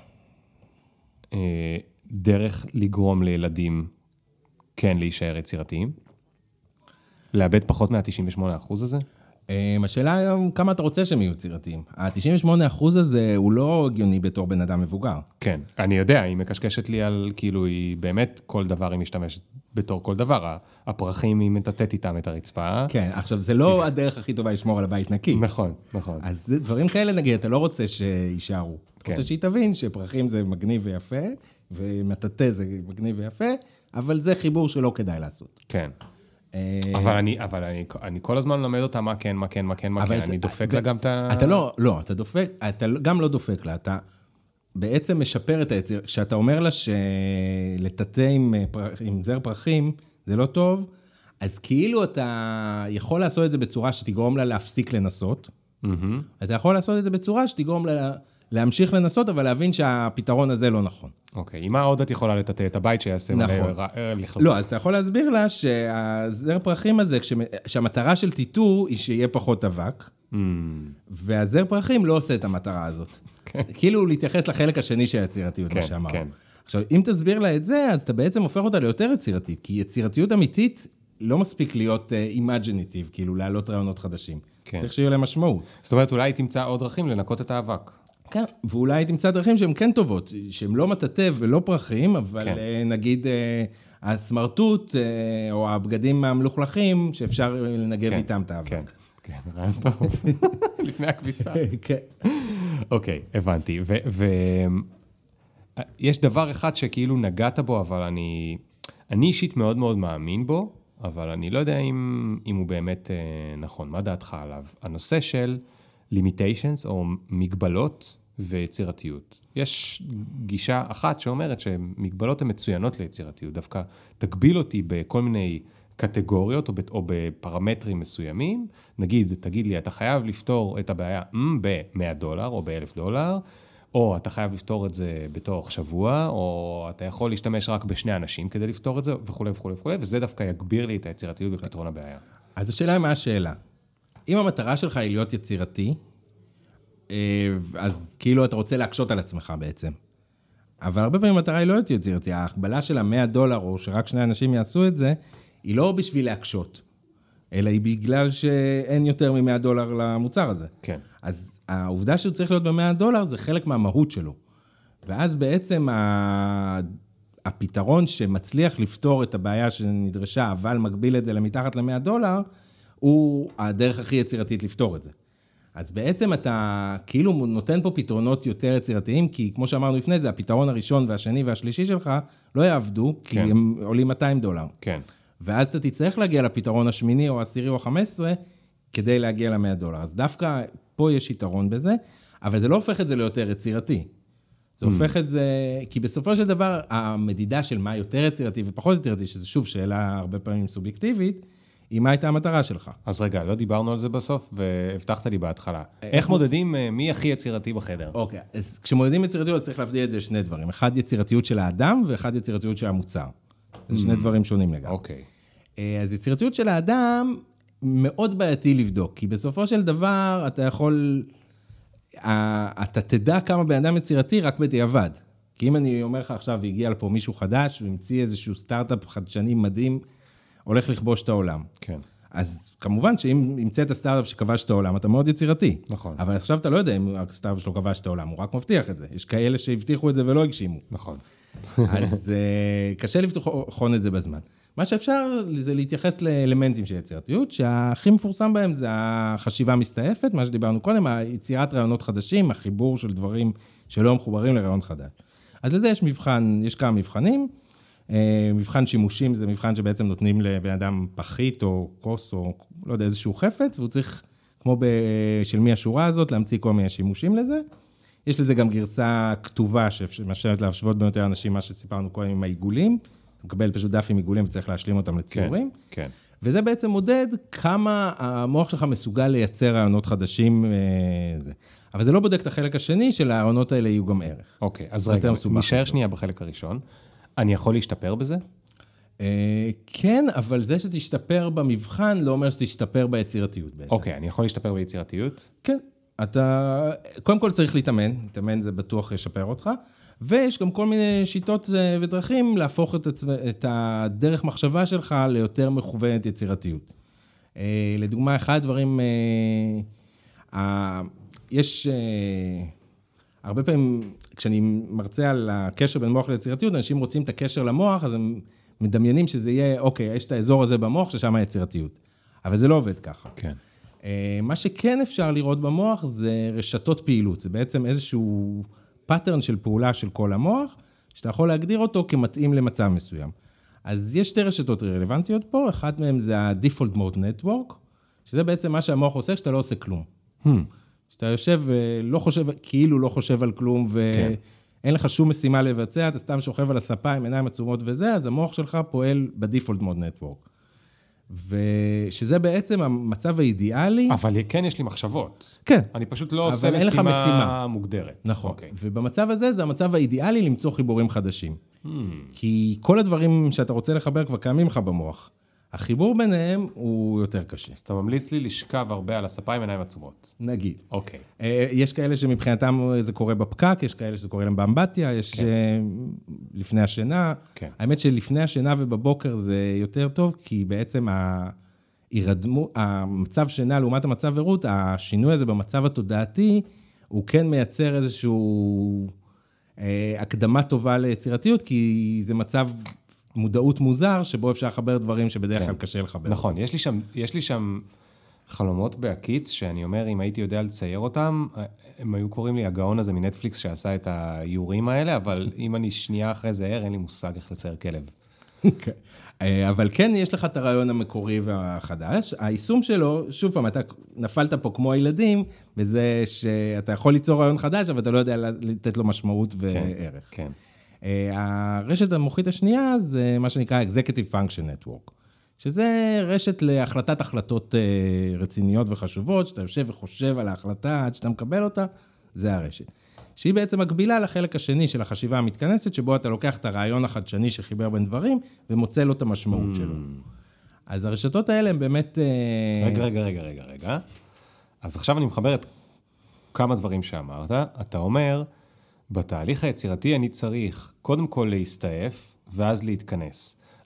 דרך לגרום לילדים כן להישאר יצירתיים? לאבד פחות מה-98% הזה? השאלה היום, כמה אתה רוצה שהם יהיו יצירתיים? ה-98% הזה הוא לא הגיוני בתור בן אדם מבוגר. כן, אני יודע, היא מקשקשת לי על, כאילו, היא באמת כל דבר היא משתמשת בתור כל דבר. הפרחים היא מטטט איתם את הרצפה. כן, עכשיו זה לא הדרך הכי טובה לשמור על הבית נקי. נכון, נכון. אז דברים כאלה נגיד, אתה לא רוצה שישארו. אתה רוצה שהיא תבין שפרחים זה מגניב ויפה, ומטטה זה מגניב ויפה, אבל זה חיבור שלא כדאי לעשות. כן. אבל אני כל הזמן לומד אותה מה כן, אני דופק לה גם את ה... אתה דופק, אתה גם לא דופק לה, אתה בעצם משפר את היציר, כשאתה אומר לה שלטאטא עם זר פרחים, זה לא טוב, אז כאילו אתה יכול לעשות את זה בצורה שתגרום לה להפסיק לנסות, אתה יכול לעשות את זה בצורה שתגרום לה להמשיך לנסות, אבל להבין שהפתרון הזה לא נכון. אוקיי, עם מה עוד את יכולה לטאטא את הבית שיעשה מלא לכלוך? לא, אז אתה יכול להסביר לה שהזר פרחים הזה, שהמטרה של טיטור היא שיהיה פחות אבק, והזר פרחים לא עושה את המטרה הזאת. כאילו להתייחס לחלק השני של היצירתיות, מה שאמר. עכשיו, אם תסביר לה את זה, אז אתה בעצם הופך אותה ליותר יצירתית, כי יצירתיות אמיתית לא מספיק להיות אימג'ניטיב, כאילו להעלות רעיונות חדשים. צריך שיהיה להם משמעות. זאת אומרת, אולי תמצא עוד דרכים לנקות את האבק. כן, ואולי תמצא דרכים שהן כן טובות, שהן לא מטאטא ולא פרחים, אבל נגיד הסמרטוט או הבגדים המלוכלכים, שאפשר לנגב איתם את האבק. כן, כן, רעיון טוב. לפני הכביסה. כן. אוקיי, הבנתי. ויש דבר אחד שכאילו נגעת בו, אבל אני אישית מאוד מאוד מאמין בו, אבל אני לא יודע אם הוא באמת נכון. מה דעתך עליו? הנושא של limitations או מגבלות ויצירתיות. יש גישה אחת שאומרת שמגבלות הן מצוינות ליצירתיות. דווקא תגביל אותי בכל מיני קטגוריות או בפרמטרים מסוימים. נגיד, תגיד לי, אתה חייב לפתור את הבעיה ב$100 או ב$1,000, או אתה חייב לפתור את זה בתוך שבוע, או אתה יכול להשתמש רק בשני אנשים כדי לפתור את זה, וכו' וכו' וכו', וזה דווקא יגביר לי את היצירתיות בפתרון הבעיה. אז השאלה היא מה השאלה? אם המטרה שלך היא להיות יצירתי, אז כאילו אתה רוצה להקשות על עצמך בעצם. אבל הרבה פעמים המטרה היא לא להיות יצירתי. ההקבלה של $100, או שרק 2 אנשים יעשו את זה, היא לא בשביל להקשות, אלא היא בגלל שאין יותר $100 למוצר הזה. כן. אז העובדה שהוא צריך להיות $100 זה חלק מהמהות שלו. ואז בעצם הפתרון שמצליח לפתור את הבעיה שנדרשה, אבל מגביל את זה למתחת $100, הוא הדרך הכי יצירתית לפתור את זה. אז בעצם אתה כאילו נותן פה פתרונות יותר יצירתיים, כי כמו שאמרנו לפני זה, הפתרון הראשון והשני והשלישי שלך לא יעבדו, כי כן. הם עולים $200. כן. ואז אתה תצטרך להגיע לפתרון השמיני או העשירי או ה-15, כדי להגיע $100. אז דווקא פה יש יתרון בזה, אבל זה לא הופך את זה ליותר יצירתי. זה הופך את זה, כי בסופו של דבר, המדידה של מה יותר יצירתי ופחות יצירתי, שזה שוב שאלה הרבה פעמים סובייקטיבית, היא מה הייתה המטרה שלך. אז רגע, לא דיברנו על זה בסוף, והבטחת לי בהתחלה. איך מודדים מי הכי יצירתי בחדר? אוקיי, אז כשמודדים יצירתיות, צריך להבדיל את זה לשני דברים. אחד יצירתיות של האדם, ואחד יצירתיות של המוצר. זה שני דברים שונים לגמרי. אוקיי. אז יצירתיות של האדם, מאוד בעייתי לבדוק, כי בסופו של דבר, אתה יכול, אתה תדע כמה בן אדם יצירתי רק בדיעבד. כי אם אני אומר לך עכשיו, והגיע לפה מישהו חדש, והמציא איזשהו סטארט-אפ חדשני מדהים, הולך לכבוש את העולם. כן. אז כמובן שאם ימצא את הסטארט-אפ שכבש את העולם, אתה מאוד יצירתי. נכון. אבל עכשיו אתה לא יודע אם הסטארט-אפ שלו כבש את העולם, הוא רק מבטיח את זה. יש כאלה שהבטיחו את זה ולא הגשימו. נכון. אז קשה לבחון את זה בזמן. מה שאפשר זה להתייחס לאלמנטים של יצירתיות, שהכי מפורסם בהם זה החשיבה מסתעפת, מה שדיברנו קודם, היצירת רעיונות חדשים, החיבור של דברים שלא מחוברים לרעיון חדש. אז לזה יש כמה מבחנים. מבחן שימושים זה מבחן שבעצם נותנים לבן אדם פחית או כוס או לא יודע, איזשהו חפץ, והוא צריך, כמו של מי השורה הזאת, להמציא כל מיני שימושים לזה. יש לזה גם גרסה כתובה שמאפשרת להשוות בין יותר אנשים, מה שסיפרנו קודם עם העיגולים. הוא מקבל פשוט דף עם עיגולים וצריך להשלים אותם לציורים. כן. וזה בעצם מודד כמה המוח שלך מסוגל לייצר רעיונות חדשים. אבל זה לא בודק את החלק השני של הרעיונות האלה יהיו גם ערך. אוקיי, אז רגע, נשאר שנייה בחלק הראשון. אני יכול להשתפר בזה? כן, אבל זה שתשתפר במבחן לא אומר שתשתפר ביצירתיות בעצם. אוקיי, אני יכול להשתפר ביצירתיות? כן, אתה קודם כל צריך להתאמן זה בטוח ישפר אותך, ויש גם כל מיני שיטות ודרכים להפוך את הדרך מחשבה שלך ליותר מכוונת יצירתיות. לדוגמה, אחד הדברים, יש הרבה פעמים, כשאני מרצה על הקשר בין מוח ליצירתיות, אנשים רוצים את הקשר למוח, אז הם מדמיינים שזה יהיה, אוקיי, יש את האזור הזה במוח ששם היצירתיות. אבל זה לא עובד ככה. כן. מה שכן אפשר לראות במוח זה רשתות פעילות. זה בעצם איזשהו פאטרן של פעולה של כל המוח, שאתה יכול להגדיר אותו כמתאים למצב מסוים. אז יש שתי רשתות רלוונטיות פה, אחת מהן זה ה-Default Mode Network, שזה בעצם מה שהמוח עושה כשאתה לא עושה כלום. שאתה יושב ולא חושב, כאילו לא חושב על כלום, ואין לך שום משימה לבצע, אתה סתם שוכב על הספה עם עיניים עצומות וזה, אז המוח שלך פועל ב-Default Mode Network. ושזה בעצם המצב האידיאלי. אבל כן יש לי מחשבות. כן. אני פשוט לא עושה משימה מוגדרת. נכון. ובמצב הזה זה המצב האידיאלי למצוא חיבורים חדשים. כי כל הדברים שאתה רוצה לחבר כבר קיימים לך במוח. החיבור ביניהם הוא יותר קשה. אז אתה ממליץ לי לשכב הרבה על הספה עם עיניים עצומות. נגיד. אוקיי. יש כאלה שמבחינתם זה קורה בפקק, יש כאלה שזה קורה להם באמבטיה, יש לפני השינה. האמת שלפני השינה ובבוקר זה יותר טוב, כי בעצם המצב שינה לעומת המצב ערות, השינוי הזה במצב התודעתי, הוא כן מייצר איזשהו הקדמה טובה ליצירתיות, כי זה מצב מודעות מוזר, שבו אפשר לחבר דברים שבדרך כלל קשה לחבר. נכון, יש לי שם חלומות בהקיץ, שאני אומר, אם הייתי יודע לצייר אותם, הם היו קוראים לי הגאון הזה מנטפליקס שעשה את האיורים האלה, אבל אם אני שנייה אחרי זה אין לי מושג איך לצייר כלב. אבל כן, יש לך את הרעיון המקורי והחדש. היישום שלו, שוב פעם, אתה נפלת פה כמו הילדים, בזה שאתה יכול ליצור רעיון חדש, אבל אתה לא יודע לתת לו משמעות וערך. כן. הרשת המוחית השנייה זה מה שנקרא Executive Function Network, שזה רשת להחלטת החלטות רציניות וחשובות, שאתה יושב וחושב על ההחלטה עד שאתה מקבל אותה, זה הרשת. שהיא בעצם מקבילה לחלק השני של החשיבה המתכנסת, שבו אתה לוקח את הרעיון החדשני שחיבר בין דברים, ומוצא לו את המשמעות שלו. אז הרשתות האלה הן באמת... רגע. אז עכשיו אני מחבר את כמה דברים שאמרת. אתה אומר, בתהליך היצירתי אני צריך קודם כל להסתעף, ואז להתכנס.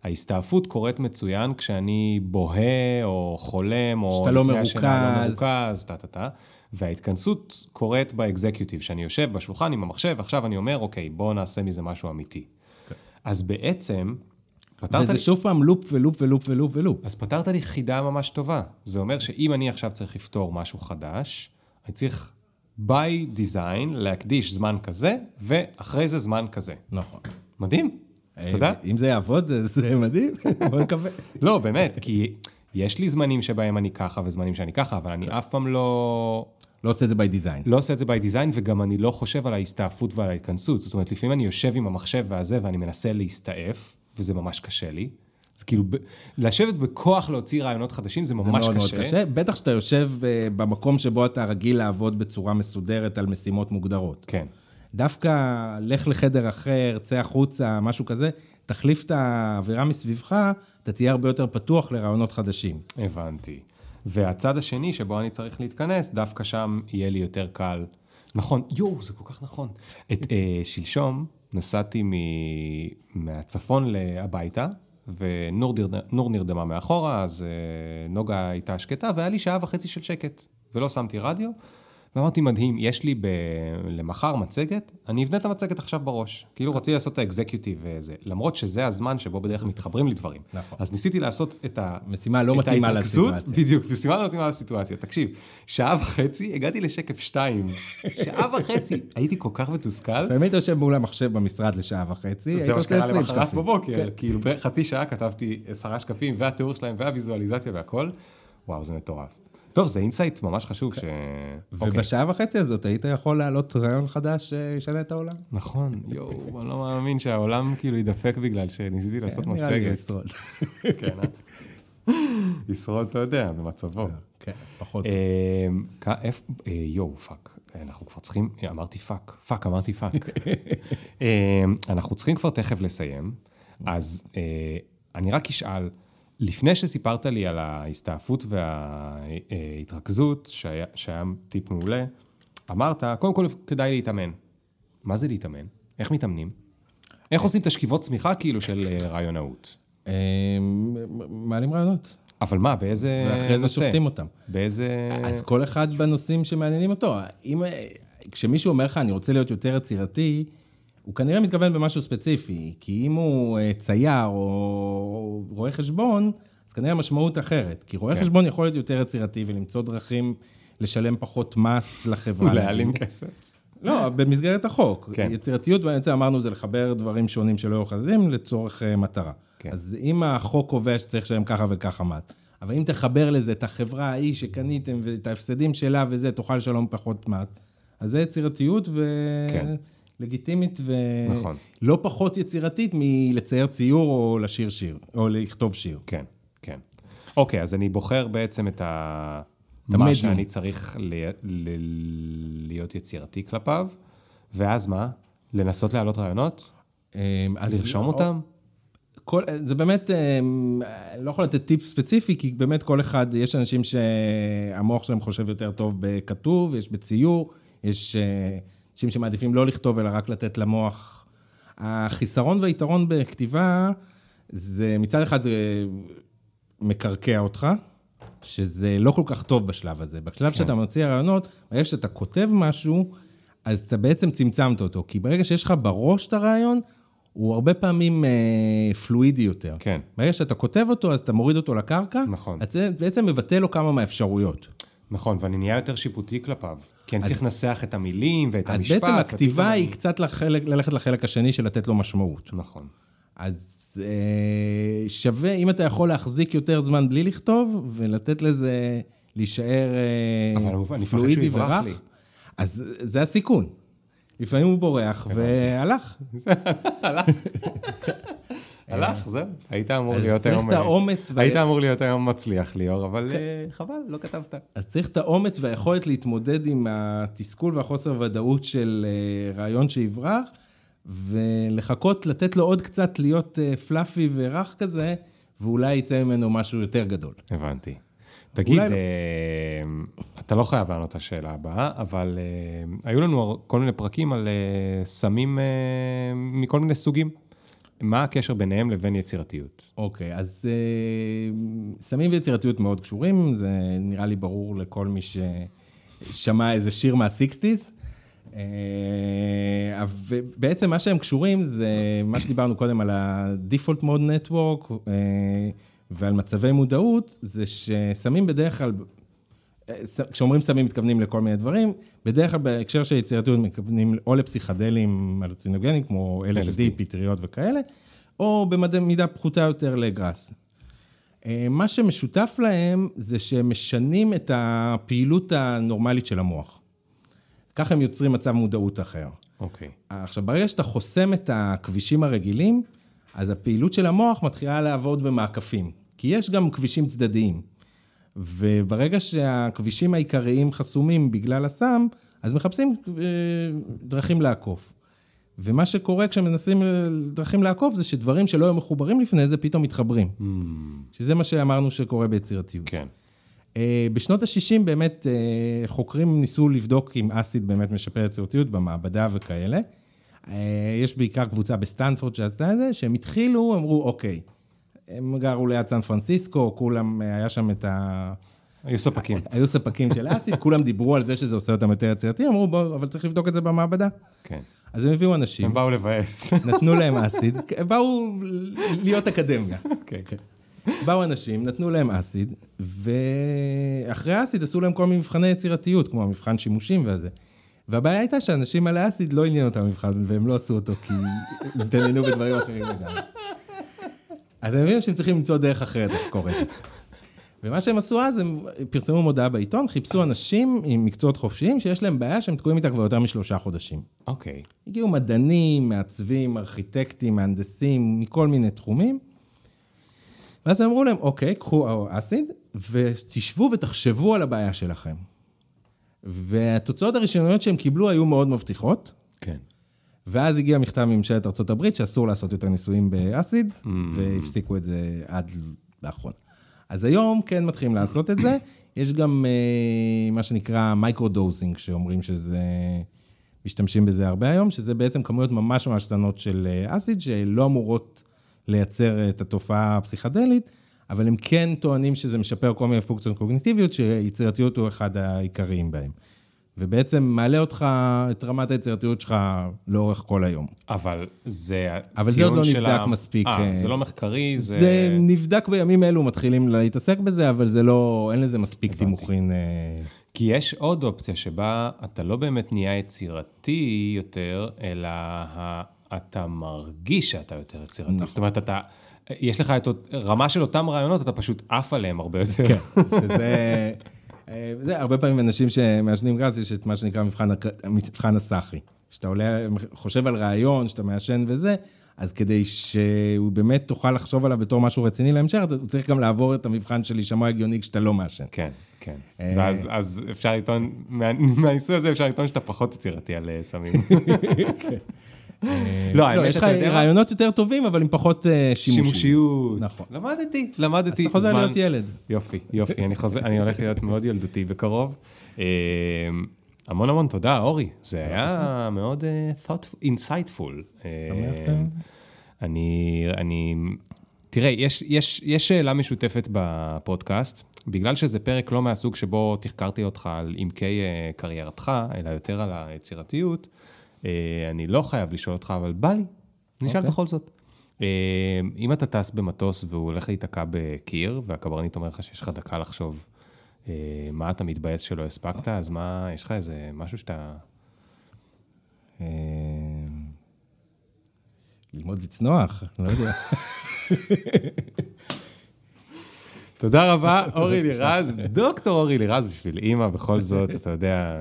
ההסתעפות קורית מצוין כשאני בוהה או חולם, או שאתה לא לפני מרוכז. השינה לא מרוכז, וההתכנסות קורית באקזקיוטיב, שאני יושב בשולחן עם המחשב, ועכשיו אני אומר, אוקיי, בואו נעשה מזה משהו אמיתי. אז בעצם, וזה שוב פעם לופ ולופ ולופ ולופ ולופ. אז פתרת לי חידה ממש טובה. זה אומר שאם אני עכשיו צריך לפתור משהו חדש, אני צריך by design להקדיש זמן כזה, ואחרי זה זמן כזה. נכון. מדהים. תודה. אם זה יעבוד, זה מדהים. בוא נקווה. לא, באמת, כי יש לי זמנים שבהם אני ככה וזמנים שאני ככה, אבל אני אף פעם לא עושה את זה by design. לא עושה את זה by design, וגם אני לא חושב על ההסתעפות ועל ההתכנסות. זאת אומרת, לפעמים אני יושב עם המחשב והזה, ואני מנסה להסתעף, וזה ממש קשה לי. זה כאילו, לשבת בכוח להוציא רעיונות חדשים, זה ממש מאוד קשה. מאוד קשה. בטח שאתה יושב במקום שבו אתה רגיל לעבוד בצורה מסודרת על משימות מוגדרות. כן. דווקא לך לחדר אחר, צא החוצה, משהו כזה, תחליף את האווירה מסביבך, אתה תהיה הרבה יותר פתוח לרעיונות חדשים. הבנתי. והצד השני שבו אני צריך להתכנס, דווקא שם יהיה לי יותר קל. נכון, זה כל כך נכון. שלשום נסעתי מהצפון הביתה, ונור נרדמה מאחורה, אז נוגה הייתה שקטה, והיה לי 1.5 שעה של שקט, ולא שמתי רדיו, ואמרתי, מדהים, יש לי למחר מצגת, אני אבנה את המצגת עכשיו בראש. כאילו רציתי לעשות את האקזקיוטיב וזה, למרות שזה הזמן שבו בדרך מתחברים לי דברים. נכון. אז ניסיתי לעשות את משימה לא מתאימה לסיטואציה. בדיוק, משימה לא מתאימה לסיטואציה. תקשיב, 1.5 שעה, הגעתי לשקף 2. 1.5 שעה, הייתי כל כך מתוסכל. באמת יושב מול המחשב במשרד ל1.5 שעה, זה מה שקרה למחרת בבוקר. כאילו ב0.5 שעה כתבתי 10 שקפים, והתיאור שלהם, והוויזואליזציה והכל. וואו, זה מטורף. טוב, זה אינסייט ממש חשוב ובשעה וחצי הזאת היית יכול להעלות רעיון חדש שישנה את העולם. נכון, אני לא מאמין שהעולם כאילו ידפק בגלל שניסיתי לעשות מצגת. נראה לי ישרוד. כן, ישרוד, אתה יודע, במצבו. כן, פחות. פאק, אנחנו כבר צריכים, אמרתי פאק. אנחנו צריכים כבר תכף לסיים, אז אני רק אשאל, לפני שסיפרת לי על ההסתעפות וההתרכזות, שהיה טיפ מעולה, אמרת, קודם כל כדאי להתאמן. מה זה להתאמן? איך מתאמנים? איך עושים את השכיבות צמיחה כאילו של רעיונאות? מעלים רעיונות. אבל מה, באיזה נושא? ואחרי זה שופטים אותם. באיזה... אז כל אחד בנושאים שמעניינים אותו. כשמישהו אומר לך, אני רוצה להיות יותר יצירתי, הוא כנראה מתכוון במשהו ספציפי, כי אם הוא צייר או רואה חשבון, אז כנראה משמעות אחרת. כי רואה חשבון יכול להיות יותר יצירתי ולמצוא דרכים לשלם פחות מס לחברה. להעלים כסף. לא, במסגרת החוק. כן. יצירתיות, בעצם אמרנו, זה לחבר דברים שונים שלא יוחדים לצורך מטרה. כן. אז אם החוק קובע שצריך לשלם ככה וככה מס, אבל אם תחבר לזה את החברה ההיא שקניתם ואת ההפסדים שלה וזה, תוכל לשלם פחות מס, אז זה יצירתיות כן. לגיטימית נכון. ולא פחות יצירתית מלצייר ציור או לשיר שיר, או לכתוב שיר. כן, כן. אוקיי, אז אני בוחר בעצם את מה שאני צריך להיות יצירתי כלפיו, ואז מה? לנסות להעלות רעיונות? לרשום אותם? זה באמת, לא יכול לתת טיפ ספציפי, כי באמת כל אחד, יש אנשים שהמוח שלהם חושב יותר טוב בכתוב, יש בציור, יש אנשים שמעדיפים לא לכתוב, אלא רק לתת למוח. החיסרון והיתרון בכתיבה, זה מצד אחד זה מקרקע אותך, שזה לא כל כך טוב בשלב הזה. בשלב שאתה מציע רעיונות, ברגע שאתה כותב משהו, אז אתה בעצם צמצמת אותו, כי ברגע שיש לך בראש את הרעיון, הוא הרבה פעמים פלואידי יותר. כן. ברגע שאתה כותב אותו, אז אתה מוריד אותו לקרקע, נכון. אז בעצם מבטא לו כמה מהאפשרויות. נכון, ואני נהיה יותר שיפוטי כלפיו, כי אני צריך לנסח את המילים ואת המשפט. אז בעצם הכתיבה היא קצת ללכת לחלק השני של לתת לו משמעות. נכון. אז שווה, אם אתה יכול להחזיק יותר זמן בלי לכתוב, ולתת לזה להישאר פלואידי ורך, אז זה הסיכון. לפעמים הוא בורח, והלך. הלך, זהו. היית אמור להיות היום... אז צריך את האומץ... היית אמור להיות היום מצליח, ליאור, אבל חבל, לא כתבת. אז צריך את האומץ והיכולת להתמודד עם התסכול והחוסר ודאות של רעיון שיברח, ולחכות, לתת לו עוד קצת להיות פלאפי ורך כזה, ואולי יצא ממנו משהו יותר גדול. הבנתי. תגיד, אתה לא חייב לענות את השאלה הבאה, אבל היו לנו כל מיני פרקים על סמים מכל מיני סוגים. מה הקשר ביניהם לבין יצירתיות? אוקיי, אז סמים ויצירתיות מאוד קשורים, זה נראה לי ברור לכל מי ששמע איזה שיר מה-60s. ובעצם מה שהם קשורים זה מה שדיברנו קודם על ה-Default Mode Network ועל מצבי מודעות, זה שסמים בדרך כלל, כשאומרים סמים מתכוונים לכל מיני דברים, בדרך כלל בהקשר של יצירתיות מתכוונים או לפסיכדלים הלוצינוגנים, כמו LSD, פטריות וכאלה, או במידה פחותה יותר לגראס. מה שמשותף להם זה שהם משנים את הפעילות הנורמלית של המוח. ככה הם יוצרים מצב מודעות אחר. אוקיי. עכשיו, ברגע שאתה חוסם את הכבישים הרגילים, אז הפעילות של המוח מתחילה לעבוד במעקפים, כי יש גם כבישים צדדיים. וברגע שהכבישים העיקריים חסומים בגלל הסם, אז מחפשים דרכים לעקוף. ומה שקורה כשמנסים דרכים לעקוף, זה שדברים שלא היו מחוברים לפני זה, פתאום מתחברים. שזה מה שאמרנו שקורה ביצירתיות. כן. בשנות ה-60 באמת חוקרים ניסו לבדוק אם אסיד באמת משפר יצירתיות במעבדה וכאלה. יש בעיקר קבוצה בסטנפורד שעשתה את זה, שהם התחילו, אמרו, אוקיי, הם גרו ליד סן פרנסיסקו, כולם, היה שם את ה... היו ספקים. היו ספקים של אסיד, כולם דיברו על זה שזה עושה אותם יותר יצירתי, אמרו, בוא, אבל צריך לבדוק את זה במעבדה. כן. אז הם הביאו אנשים. הם באו לבאס. נתנו להם אסיד, הם באו להיות אקדמיה. אוקיי. באו אנשים, נתנו להם אסיד, ואחרי האסיד עשו להם כל מיני מבחני יצירתיות, כמו המבחן שימושים וזה. והבעיה הייתה שאנשים על האסיד לא עניין אותם מבחן, והם לא עשו אותו, כי הם התעניינו בדברים אחרים לגמרי. אז הם הבינו שהם צריכים למצוא דרך אחרת, איך קורה. ומה שהם עשו אז, הם פרסמו מודעה בעיתון, חיפשו אנשים עם מקצועות חופשיים, שיש להם בעיה שהם תקועים איתה כבר יותר מ3 חודשים. אוקיי. הגיעו מדענים, מעצבים, ארכיטקטים, מהנדסים, מכל מיני תחומים. ואז אמרו להם, אוקיי, קחו אסיד, ותשבו ותחשבו על הבעיה שלכם. והתוצאות הראשוניות שהם קיבלו היו מאוד מבטיחות. כן. ואז הגיע מכתב מממשלת ארצות הברית, שאסור לעשות יותר ניסויים באסיד, והפסיקו את זה עד לאחרונה. אז היום כן מתחילים לעשות את זה. יש גם מה שנקרא מייקרו-דוזינג, שאומרים שזה, משתמשים בזה הרבה היום, שזה בעצם כמויות ממש ממש קטנות של אסיד, שלא אמורות לייצר את התופעה הפסיכדלית, אבל הם כן טוענים שזה משפר כל מיני פונקציות קוגניטיביות, שיצירתיות הוא אחד העיקריים בהם. ובעצם מעלה אותך את רמת היצירתיות שלך לאורך כל היום. אבל זה עוד לא נבדק מספיק. זה לא מחקרי, זה נבדק בימים אלו, מתחילים להתעסק בזה, אבל זה לא, אין לזה מספיק תימוכין. כי יש עוד אופציה שבה אתה לא באמת נהיה יצירתי יותר, אלא אתה מרגיש שאתה יותר יצירתי. זאת אומרת, יש לך את רמה של אותם רעיונות, אתה פשוט עף עליהם הרבה יותר. כן, זה הרבה פעמים אנשים שמעשנים גראס, יש את מה שנקרא מבחן הסחי. שאתה עולה, חושב על רעיון, שאתה מעשן וזה, אז כדי שהוא באמת תוכל לחשוב עליו בתור משהו רציני להמשך, הוא צריך גם לעבור את המבחן של להישמע הגיוני כשאתה לא מעשן. כן, כן. ואז אפשר לטעון, מהניסוי הזה אפשר לטעון שאתה פחות יצירתי על סמים. כן. לא, יש לך רעיונות יותר טובים, אבל עם פחות שימושיות. נכון. למדתי. אז אתה חוזר להיות ילד. יופי. אני הולך להיות מאוד ילדותי בקרוב. המון תודה, אורי. זה היה מאוד insightful. שמח. תראה, יש שאלה משותפת בפודקאסט, בגלל שזה פרק לא מהסוג שבו תחקרתי אותך על עמקי קריירתך, אלא יותר על היצירתיות, אני לא חייב לשאול אותך, אבל בא לי, נשאל בכל זאת. אם אתה טס במטוס והוא הולך להתעקע בקיר, והקברניט אומר לך שיש לך דקה לחשוב מה אתה מתבאס שלא הספקת, אז מה, יש לך איזה משהו שאתה... ללמוד לצנוח, לא יודע. תודה רבה, אורי לירז, דוקטור אורי לירז, בשביל אמא, בכל זאת, אתה יודע...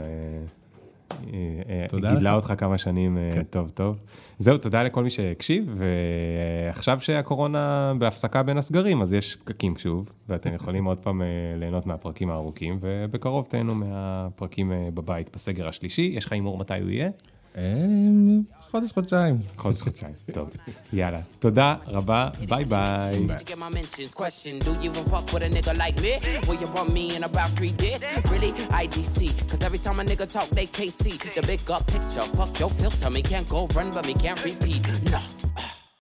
גידלה אותך כמה שנים טוב. זהו, תודה לכל מי שהקשיב, ועכשיו שהקורונה בהפסקה בין הסגרים, אז יש פקקים שוב, ואתם יכולים עוד פעם ליהנות מהפרקים הארוכים, ובקרוב תהנו מהפרקים בבית בסגר השלישי. יש לך אימור מתי הוא יהיה? חודש-חודשיים. טוב. יאללה. תודה רבה. ביי. Do you even fuck with a nigga like me? Will you run me in about 3 days? Really? IDC. Cause every time a nigga talk, they KC. The big up picture. Fuck your filter. Me can't go run, but me can't repeat. No.